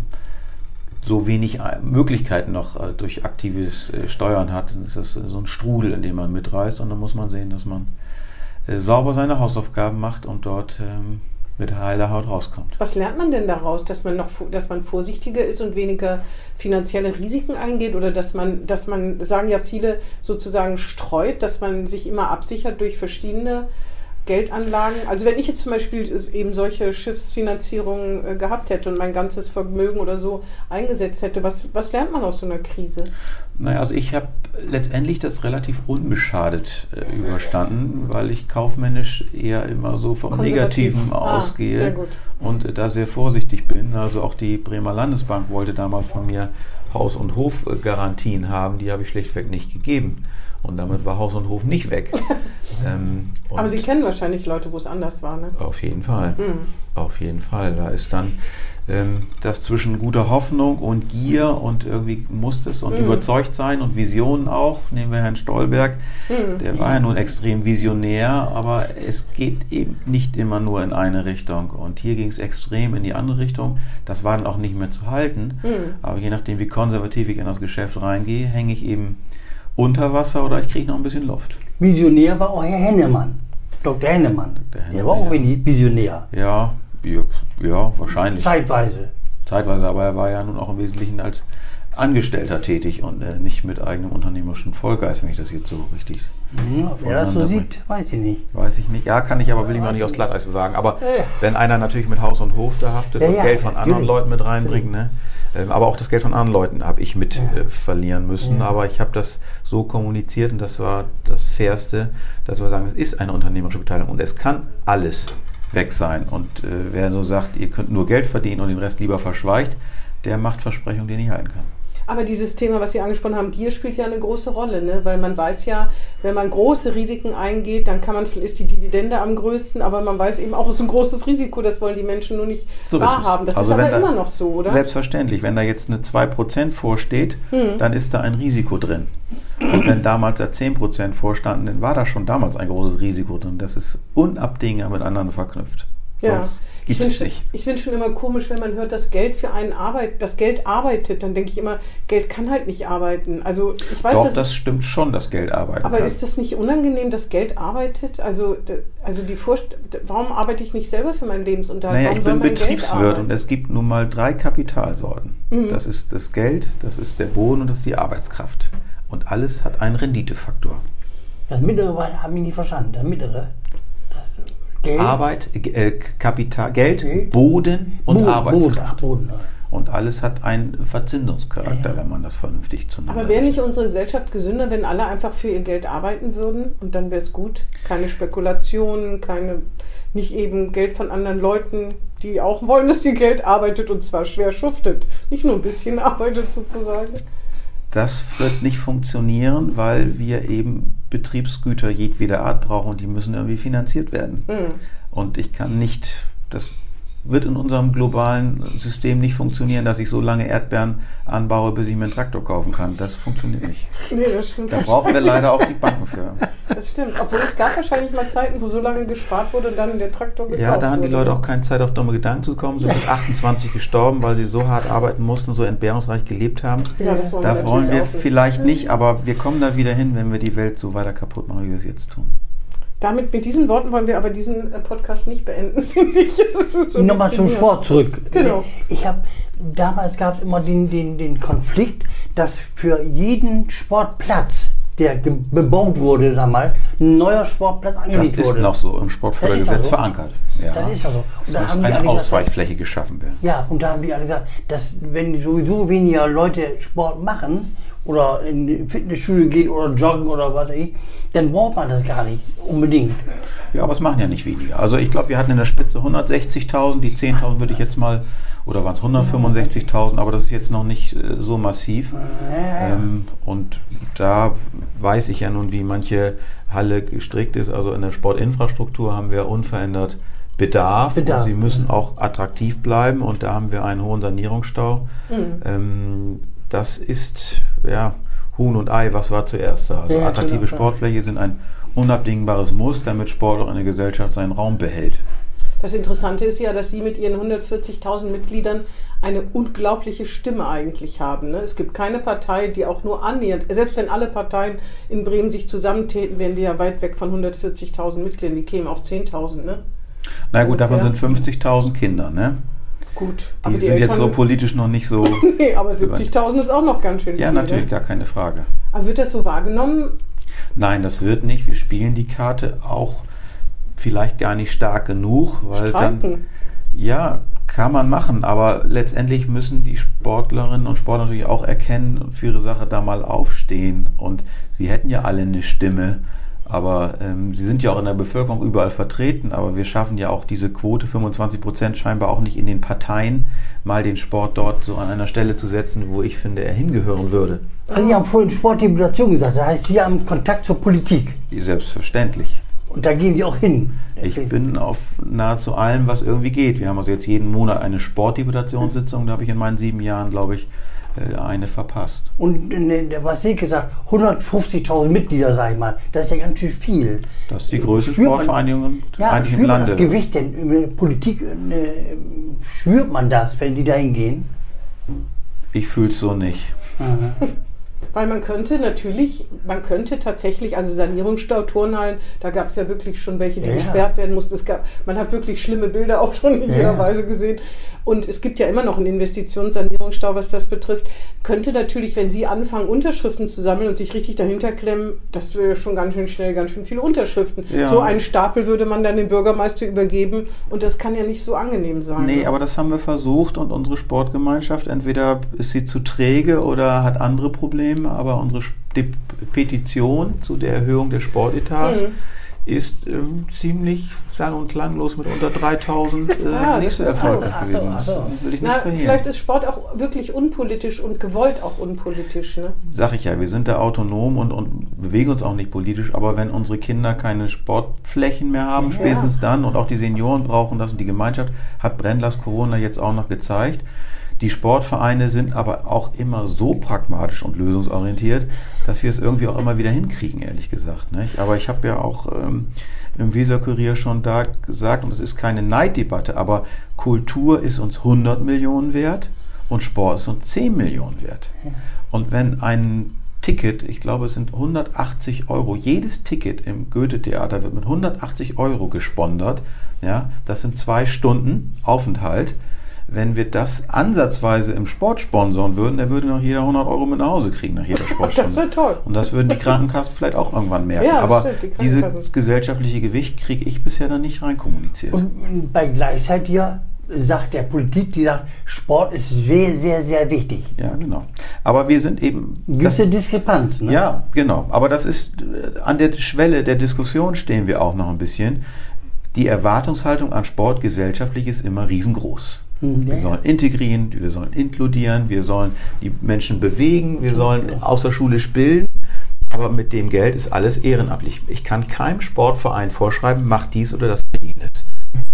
so wenig äh, Möglichkeiten noch äh, durch aktives äh, Steuern hat, dann ist das äh, so ein Strudel, in dem man mitreißt. Und dann muss man sehen, dass man äh, sauber seine Hausaufgaben macht und dort ähm, mit heiler Haut rauskommt. Was lernt man denn daraus, dass man noch, dass man vorsichtiger ist und weniger finanzielle Risiken eingeht oder dass man, dass man, sagen ja viele, sozusagen streut, dass man sich immer absichert durch verschiedene Geldanlagen. Also wenn ich jetzt zum Beispiel eben solche Schiffsfinanzierungen äh, gehabt hätte und mein ganzes Vermögen oder so eingesetzt hätte, was, was lernt man aus so einer Krise? Naja, also ich habe letztendlich das relativ unbeschadet äh, überstanden, weil ich kaufmännisch eher immer so vom Konservativ. Negativen Ah, ausgehe sehr gut. und äh, da sehr vorsichtig bin. Also auch die Bremer Landesbank wollte damals von mir Haus- und Hofgarantien haben, die habe ich schlichtweg nicht gegeben. Und damit war Haus und Hof nicht weg. ähm, Aber und Sie kennen wahrscheinlich Leute, wo es anders war, ne? Auf jeden Fall. Mhm. Auf jeden Fall. Da ist dann ähm, das zwischen guter Hoffnung und Gier und irgendwie muss es und Mhm. überzeugt sein und Visionen auch. Nehmen wir Herrn Stolberg, Mhm. der war ja nun extrem visionär, aber es geht eben nicht immer nur in eine Richtung. Und hier ging es extrem in die andere Richtung. Das war dann auch nicht mehr zu halten. Mhm. Aber je nachdem, wie konservativ ich in das Geschäft reingehe, hänge ich eben unter Wasser oder ich kriege noch ein bisschen Luft. Visionär war auch Herr Hennemann, Doktor Hennemann. Doktor Der war auch Hennemann, ja. Visionär, Ja, ja, ja wahrscheinlich. zeitweise. Zeitweise, aber er war ja nun auch im Wesentlichen als Angestellter tätig und äh, nicht mit eigenem unternehmerischen Vollgeist, wenn ich das jetzt so richtig Hm, wer das so voneinander sieht, weiß ich nicht. weiß ich nicht. Ja, kann ich, aber will ich mir auch nicht aus Glatteis sagen. Aber Ja. wenn einer natürlich mit Haus und Hof da haftet Ja, und ja, Geld von anderen natürlich. Leuten mit reinbringt, ne? Ähm, aber auch das Geld von anderen Leuten habe ich mit äh, verlieren müssen. Ja. Aber ich habe das so kommuniziert und das war das Fairste, dass wir sagen, es ist eine unternehmerische Beteiligung und es kann alles weg sein. Und äh, wer so sagt, ihr könnt nur Geld verdienen und den Rest lieber verschweigt, der macht Versprechungen, die er nicht halten kann. Aber dieses Thema, was Sie angesprochen haben, Gier spielt ja eine große Rolle, ne? Weil man weiß ja, wenn man große Risiken eingeht, dann kann man, ist die Dividende am größten, aber man weiß eben auch, es ist ein großes Risiko, das wollen die Menschen nur nicht So ist es. wahrhaben. Das Also ist aber wenn da- immer noch so, oder? Selbstverständlich, wenn da jetzt eine zwei Prozent vorsteht, Hm. dann ist da ein Risiko drin. Und wenn damals da zehn Prozent vorstanden, dann war da schon damals ein großes Risiko drin. Das ist unabdingbar miteinander verknüpft. Ja. Sonst Ich gibt es finde nicht. ich find schon immer komisch, wenn man hört, dass Geld für einen arbeitet, das Geld arbeitet, dann denke ich immer, Geld kann halt nicht arbeiten. Also ich weiß, Doch, dass, das stimmt schon, dass Geld arbeiten aber kann. ist das nicht unangenehm, dass Geld arbeitet? Also, d- also die Vorst- d- warum arbeite ich nicht selber für meinen Lebensunterhalt? Naja, warum ich soll bin mein Geld Betriebswirt arbeiten? und es gibt nun mal drei Kapitalsorten. Mhm. Das ist das Geld, das ist der Boden und das ist die Arbeitskraft. Und alles hat einen Renditefaktor. Das mittlere war, habe ich nicht verstanden. Das mittlere. Das Geld. Arbeit, äh, Kapital, Geld, Geld. Boden und Boden, Arbeitskraft. Boden, Boden. Und alles hat einen Verzinsungscharakter, Ja. wenn man das vernünftig zueinander Aber wäre rechnet. nicht unsere Gesellschaft gesünder, wenn alle einfach für ihr Geld arbeiten würden und dann wäre es gut? Keine Spekulationen, keine, nicht eben Geld von anderen Leuten, die auch wollen, dass ihr Geld arbeitet und zwar schwer schuftet. Nicht nur ein bisschen arbeitet sozusagen. Das wird nicht funktionieren, weil wir eben Betriebsgüter jedweder Art brauchen und die müssen irgendwie finanziert werden. Hm. Und ich kann nicht, das wird in unserem globalen System nicht funktionieren, dass ich so lange Erdbeeren anbaue, bis ich mir einen Traktor kaufen kann. Das funktioniert nicht. Nee, das stimmt. Da brauchen wir leider auch die Banken für. Das stimmt. Obwohl es gab wahrscheinlich mal Zeiten, wo so lange gespart wurde und dann der Traktor gekauft wurde. Ja, da haben die Leute auch keine Zeit, auf dumme Gedanken zu kommen. Sind mit achtundzwanzig gestorben, weil sie so hart arbeiten mussten und so entbehrungsreich gelebt haben. Ja, das wollen da wir wollen wir auch nicht. vielleicht nicht, aber wir kommen da wieder hin, wenn wir die Welt so weiter kaputt machen, wie wir es jetzt tun. Damit, mit diesen Worten wollen wir aber diesen Podcast nicht beenden, finde ich. So Nochmal zum Sport zurück. Genau. Ich habe damals gab es immer den, den, den Konflikt, dass für jeden Sportplatz, der ge- bebaut wurde damals, ein neuer Sportplatz angelegt wurde. Das ist wurde. noch so im Sportfördergesetz Das ist also verankert. Ja. Das ist also. Und da Es haben muss die eine alle gesagt, Ausweichfläche geschaffen werden. ja, und da haben die alle gesagt, dass wenn sowieso weniger Leute Sport machen oder in die Fitnessstudio gehen oder joggen oder was weiß ich, dann braucht man das gar nicht unbedingt. Ja, aber es machen ja nicht weniger. Also ich glaube, wir hatten in der Spitze hundertsechzigtausend, die zehntausend würde ich jetzt mal, oder waren es hundertfünfundsechzigtausend, aber das ist jetzt noch nicht äh, so massiv. Ähm, und da weiß ich ja nun, wie manche Halle gestrickt ist. Also in der Sportinfrastruktur haben wir unverändert Bedarf, Bedarf. und sie müssen auch attraktiv bleiben, und da haben wir einen hohen Sanierungsstau. Mhm. Ähm, das ist ja Huhn und Ei, was war zuerst da? Also Ja, attraktive genau. Sportfläche sind ein unabdingbares Muss, damit Sport auch in der Gesellschaft seinen Raum behält. Das Interessante ist ja, dass Sie mit Ihren hundertvierzigtausend Mitgliedern eine unglaubliche Stimme eigentlich haben. Ne? Es gibt keine Partei, die auch nur annähernd, selbst wenn alle Parteien in Bremen sich zusammentäten, wären die ja weit weg von hundertvierzigtausend Mitgliedern, die kämen auf zehntausend. Ne? Na gut, davon Ungefähr. sind fünfzigtausend Kinder, ne? Gut, Die, aber die sind jetzt Eltern, so politisch noch nicht so... nee, aber siebzigtausend ist auch noch ganz schön Ja, viel. natürlich, Ne? gar keine Frage. Aber wird das so wahrgenommen? Nein, das wird nicht. Wir spielen die Karte auch vielleicht gar nicht stark genug, weil dann... Streiken? Ja, kann man machen, aber letztendlich müssen die Sportlerinnen und Sportler natürlich auch erkennen und für ihre Sache da mal aufstehen. Und sie hätten ja alle eine Stimme, aber ähm, sie sind ja auch in der Bevölkerung überall vertreten, aber wir schaffen ja auch diese Quote, fünfundzwanzig Prozent scheinbar auch nicht in den Parteien, mal den Sport dort so an einer Stelle zu setzen, wo ich finde, er hingehören würde. Also Sie haben vorhin Sportdeputation gesagt, das heißt, Sie haben Kontakt zur Politik Selbstverständlich. und da gehen Sie auch hin. Ich bin auf nahezu allem, was irgendwie geht. Wir haben also jetzt jeden Monat eine Sportdeputationssitzung, da habe ich in meinen sieben Jahren, glaube ich, eine verpasst. Und äh, was Sie gesagt, hundertfünfzigtausend Mitglieder, sag ich mal, das ist ja ganz schön viel. Das ist die größte Spürt man- Sportvereinigung Ja, eigentlich im spürt man Lande. das Gewicht denn in der Politik, äh, spürt man das, wenn Sie da hingehen? Ich fühle es so nicht. Weil man könnte natürlich, man könnte tatsächlich, also Sanierungsstau, Turnhallen, da gab es ja wirklich schon welche, die Ja, ja. gesperrt werden mussten. Es gab, man hat wirklich schlimme Bilder auch schon in Ja, jeder ja. Weise gesehen. Und es gibt ja immer noch einen Investitionssanierungsstau, was das betrifft. Könnte natürlich, wenn Sie anfangen, Unterschriften zu sammeln und sich richtig dahinter klemmen, das wäre schon ganz schön schnell, ganz schön viele Unterschriften. Ja. So einen Stapel würde man dann dem Bürgermeister übergeben und das kann ja nicht so angenehm sein. Nee, ne? aber das haben wir versucht, und unsere Sportgemeinschaft, entweder ist sie zu träge oder hat andere Probleme, aber unsere Sti- Petition zu der Erhöhung des Sportetats Mhm. ist ähm, ziemlich sang- und klanglos mit unter dreitausend äh, Ah, das nächste ist Erfolg also- ach so, gewesen. ach Das so. will ich nicht Na, verhehlen. vielleicht ist Sport auch wirklich unpolitisch und gewollt auch unpolitisch. Ne? Sag ich ja, wir sind da autonom und, und bewegen uns auch nicht politisch, aber wenn unsere Kinder keine Sportflächen mehr haben, Ja. spätestens dann, und auch die Senioren brauchen das und die Gemeinschaft, hat Brenndlers Corona jetzt auch noch gezeigt. Die Sportvereine sind aber auch immer so pragmatisch und lösungsorientiert, dass wir es irgendwie auch immer wieder hinkriegen, ehrlich gesagt. Nicht? Aber ich habe ja auch ähm, im Weser-Kurier schon da gesagt, und es ist keine Neiddebatte, aber Kultur ist uns hundert Millionen wert und Sport ist uns zehn Millionen wert. Und wenn ein Ticket, ich glaube es sind hundertachtzig Euro, jedes Ticket im Goethe-Theater wird mit hundertachtzig Euro gesponsert, ja, das sind zwei Stunden Aufenthalt. Wenn wir das ansatzweise im Sport sponsoren würden, dann würde noch jeder hundert Euro mit nach Hause kriegen nach jeder Sportstunde. Das wäre toll. Und das würden die Krankenkassen vielleicht auch irgendwann merken. Ja, das Aber stimmt, die dieses Krankenkassen. gesellschaftliche Gewicht kriege ich bisher dann nicht reinkommuniziert. Und bei gleichzeitiger sagt der Politik, die sagt, Sport ist sehr, sehr, sehr wichtig. Ja, genau. Aber wir sind eben... Gibt es das- eine Diskrepanz, ne? Ja, genau. Aber das ist, äh, an der Schwelle der Diskussion stehen wir auch noch ein bisschen. Die Erwartungshaltung an Sport gesellschaftlich ist immer riesengroß. Hm, ja, Wir sollen integrieren, wir sollen inkludieren, wir sollen die Menschen bewegen, wir sollen außerschulisch bilden. Aber mit dem Geld ist alles ehrenamtlich. Ich kann keinem Sportverein vorschreiben, mach dies oder das oder jenes.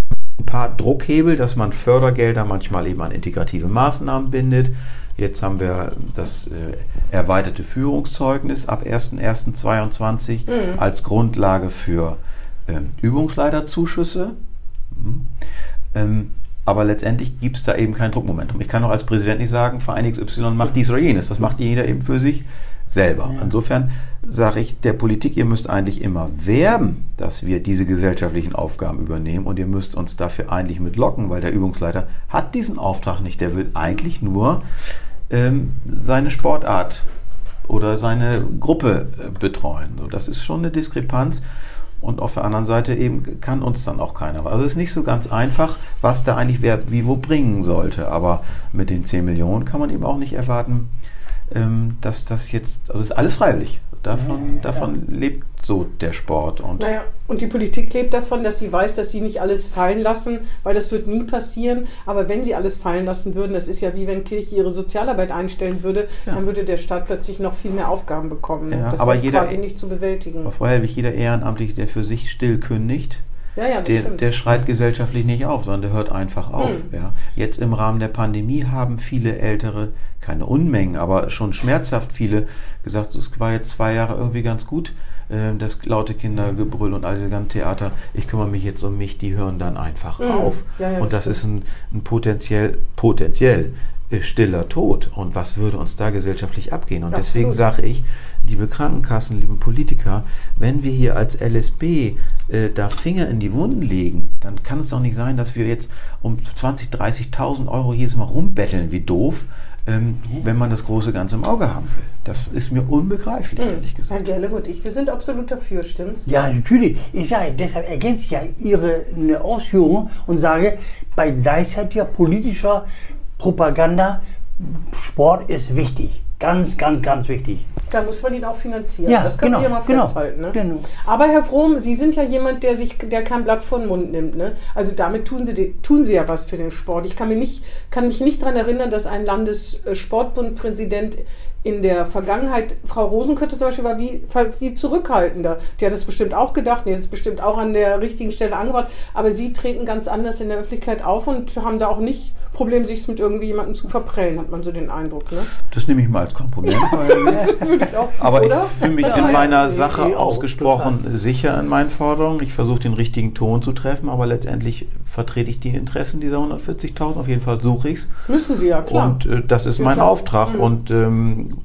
paar Druckhebel, dass man Fördergelder manchmal eben an integrative Maßnahmen bindet. Jetzt haben wir das äh, erweiterte Führungszeugnis ab erster erster zweiundzwanzig mhm. als Grundlage für ähm, Übungsleiterzuschüsse. Mhm. Ähm, aber letztendlich gibt es da eben kein Druckmomentum. Ich kann auch als Präsident nicht sagen, Verein X Y macht dies oder jenes. Das macht jeder eben für sich selber. Ja. Insofern sage ich der Politik, ihr müsst eigentlich immer werben, dass wir diese gesellschaftlichen Aufgaben übernehmen und ihr müsst uns dafür eigentlich mitlocken, weil der Übungsleiter hat diesen Auftrag nicht. Der will eigentlich nur ähm, seine Sportart oder seine Gruppe äh, betreuen. So, das ist schon eine Diskrepanz. Und auf der anderen Seite eben kann uns dann auch keiner. Also es ist nicht so ganz einfach, was da eigentlich wer wie wo bringen sollte. Aber mit den zehn Millionen kann man eben auch nicht erwarten, dass das jetzt, also es ist alles freiwillig. Davon, ja, davon ja. lebt so der Sport. Und, naja, und die Politik lebt davon, dass sie weiß, dass sie nicht alles fallen lassen, weil das wird nie passieren. Aber wenn sie alles fallen lassen würden, das ist ja wie wenn Kirche ihre Sozialarbeit einstellen würde, ja. dann würde der Staat plötzlich noch viel mehr Aufgaben bekommen. Ja, das aber ist jeder, quasi nicht zu bewältigen. Aber Frau Helwig, jeder Ehrenamtliche, der für sich still kündigt, Ja, ja, der, der schreit gesellschaftlich nicht auf, sondern der hört einfach auf. Hm. Ja. Jetzt im Rahmen der Pandemie haben viele Ältere, keine Unmengen, aber schon schmerzhaft viele gesagt, es war jetzt zwei Jahre irgendwie ganz gut, äh, das laute Kindergebrüll und all diese ganzen Theater, ich kümmere mich jetzt um mich, die hören dann einfach hm. auf. Ja, ja, und das, das ist ein, ein potenziell, potenziell stiller Tod. Und was würde uns da gesellschaftlich abgehen? Und Absolut. Deswegen sage ich, liebe Krankenkassen, liebe Politiker, wenn wir hier als L S B äh, da Finger in die Wunden legen, dann kann es doch nicht sein, dass wir jetzt um zwanzigtausend, dreißigtausend Euro jedes Mal rumbetteln, wie doof, ähm, ja. wenn man das große Ganze im Auge haben will. Das ist mir unbegreiflich, mhm. ehrlich gesagt. Herr Gerle und ich, wir sind absolut dafür, stimmt's? Ja, natürlich. Ich sage, deshalb ergänze ich ja Ihre eine Ausführung und sage, bei gleichzeitiger politischer Propaganda, Sport ist wichtig. Ganz, ganz, ganz wichtig. Da muss man ihn auch finanzieren. Ja, das können genau, wir mal genau, festhalten. Ne? Genau. Aber Herr Fromm, Sie sind ja jemand, der sich, der kein Blatt vor den Mund nimmt. Ne? Also damit tun Sie, tun Sie ja was für den Sport. Ich kann mich nicht, kann mich nicht daran erinnern, dass ein Landessportbundpräsident in der Vergangenheit, Frau Rosenkötter zum Beispiel, war wie, wie zurückhaltender. Die hat es bestimmt auch gedacht, die hat es bestimmt auch an der richtigen Stelle angebracht, aber Sie treten ganz anders in der Öffentlichkeit auf und haben da auch nicht Problem, sich mit irgendwie jemandem zu verprellen, hat man so den Eindruck. Ne? Das nehme ich mal als Kompliment. Das würde ich auch, aber oder? Ich fühle mich ja, in meiner Sache ja, ausgesprochen total. sicher in meinen Forderungen. Ich versuche den richtigen Ton zu treffen, aber letztendlich vertrete ich die Interessen dieser hundertvierzigtausend. Auf jeden Fall suche ich es. Müssen Sie ja, klar. Und äh, das ist ja, mein klar. Auftrag. Mhm. Und ähm,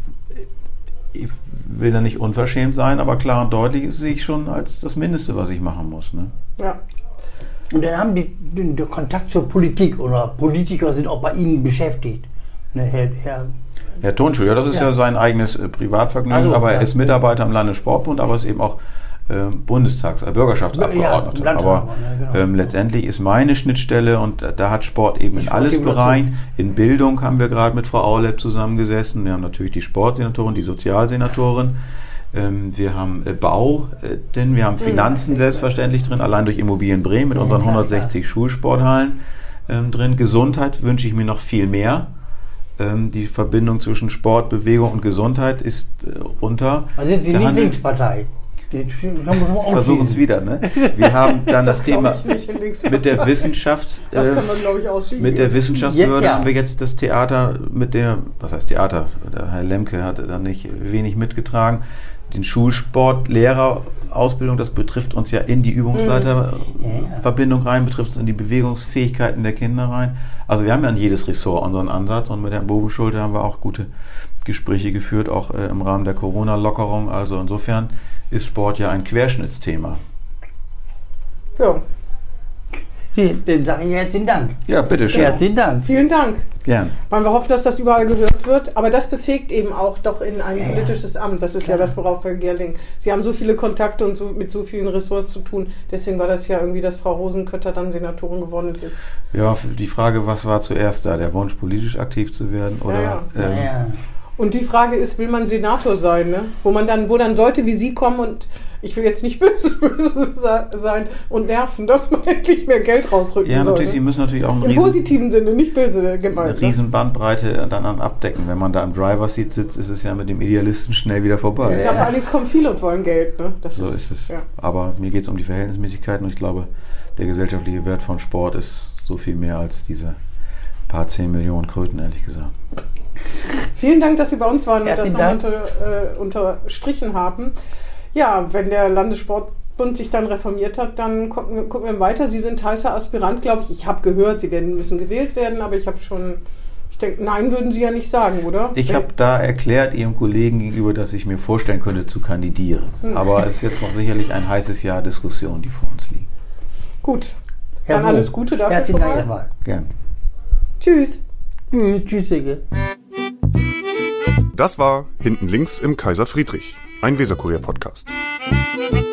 ich will da nicht unverschämt sein, aber klar und deutlich sehe ich schon als das Mindeste, was ich machen muss. Ne? Ja. Und dann haben die den, den Kontakt zur Politik oder Politiker sind auch bei Ihnen beschäftigt. Ne, Herr, Herr, Herr Tonschuh, ja, das ist ja, ja sein eigenes äh, Privatvergnügen, also, aber er ja. ist Mitarbeiter am Landessportbund, aber ist eben auch äh, Bundestags-, äh, Bürgerschaftsabgeordneter. Ja, aber ja, genau. ähm, letztendlich ist meine Schnittstelle und äh, da hat Sport eben in alles Bereich. In Bildung haben wir gerade mit Frau Aulep zusammengesessen. Wir haben natürlich die Sportsenatorin, die Sozialsenatorin. Ähm, wir haben äh, Bau, äh, denn wir haben Finanzen selbstverständlich drin, allein durch Immobilien Bremen mit unseren hundertsechzig Schulsporthallen ähm, drin. Gesundheit wünsche ich mir noch viel mehr. Ähm, die Verbindung zwischen Sport, Bewegung und Gesundheit ist äh, unter. Also sind Sie Lieblingspartei? Versuchen es wieder, ne? Wir haben dann das, das Thema mit der Wissenschafts das kann man, glaube ich, ausschließen. Mit der Wissenschaftsbehörde jetzt, ja. haben wir jetzt das Theater mit der, was heißt Theater? Der Herr Lemke hat da nicht wenig mitgetragen. Den Schulsport, Lehrerausbildung, das betrifft uns ja in die Übungsleiterverbindung rein, betrifft uns in die Bewegungsfähigkeiten der Kinder rein. Also wir haben ja an jedes Ressort unseren Ansatz und mit Herrn Bovenschulte haben wir auch gute Gespräche geführt, auch äh, im Rahmen der Corona-Lockerung. Also insofern ist Sport ja ein Querschnittsthema. Ja. Dem sage ich herzlichen Dank. Ja, bitteschön. Herzlichen Dank. Vielen Dank. Gern. Wollen wir hoffen, dass das überall gehört wird. Aber das befähigt eben auch doch in ein ja, politisches Amt. Das ist klar. Ja das, worauf Herr Gerling. Sie haben so viele Kontakte und so, mit so vielen Ressorts zu tun. Deswegen war das ja irgendwie, dass Frau Rosenkötter dann Senatorin geworden ist jetzt. Ja, die Frage, was war zuerst da? Der Wunsch, politisch aktiv zu werden? Oder, ja, ja. Ähm, ja. Und die Frage ist, will man Senator sein, ne? Wo man dann, wo dann Leute wie Sie kommen und ich will jetzt nicht böse, böse sein und nerven, dass man endlich mehr Geld rausrücken Ja, soll. natürlich, Ne? Sie müssen natürlich auch einen Im riesen, positiven Sinne, nicht böse gemeint. eine Ne? riesen Bandbreite dann an abdecken. Wenn man da im Driver-Seat sitzt, ist es ja mit dem Idealisten schnell wieder vorbei. Ja, vor allem es kommen viele und wollen Geld. Ne? Das So ist es. Ja. Aber mir geht es um die Verhältnismäßigkeiten und ich glaube, der gesellschaftliche Wert von Sport ist so viel mehr als diese paar zehn Millionen Kröten, ehrlich gesagt. Vielen Dank, dass Sie bei uns waren und das Herzlichen nochmal Dank. unter, äh, unterstrichen haben. Ja, wenn der Landessportbund sich dann reformiert hat, dann gucken wir, gucken wir weiter. Sie sind heißer Aspirant, glaube ich. Ich habe gehört, Sie werden müssen gewählt werden, aber ich habe schon, ich denke, nein, würden Sie ja nicht sagen, oder? Ich habe da erklärt Ihrem Kollegen gegenüber, dass ich mir vorstellen könnte, zu kandidieren. Hm. Aber es ist jetzt noch sicherlich ein heißes Jahr Diskussion, die vor uns liegen. Gut, Herr dann Wurm, alles Gute dafür herzlichen schon Dank mal. erstmal. Gern. Tschüss. Tschüss, tschüss, Ecke. Das war Hinten links im Kaiser Friedrich, ein Weserkurier-Podcast.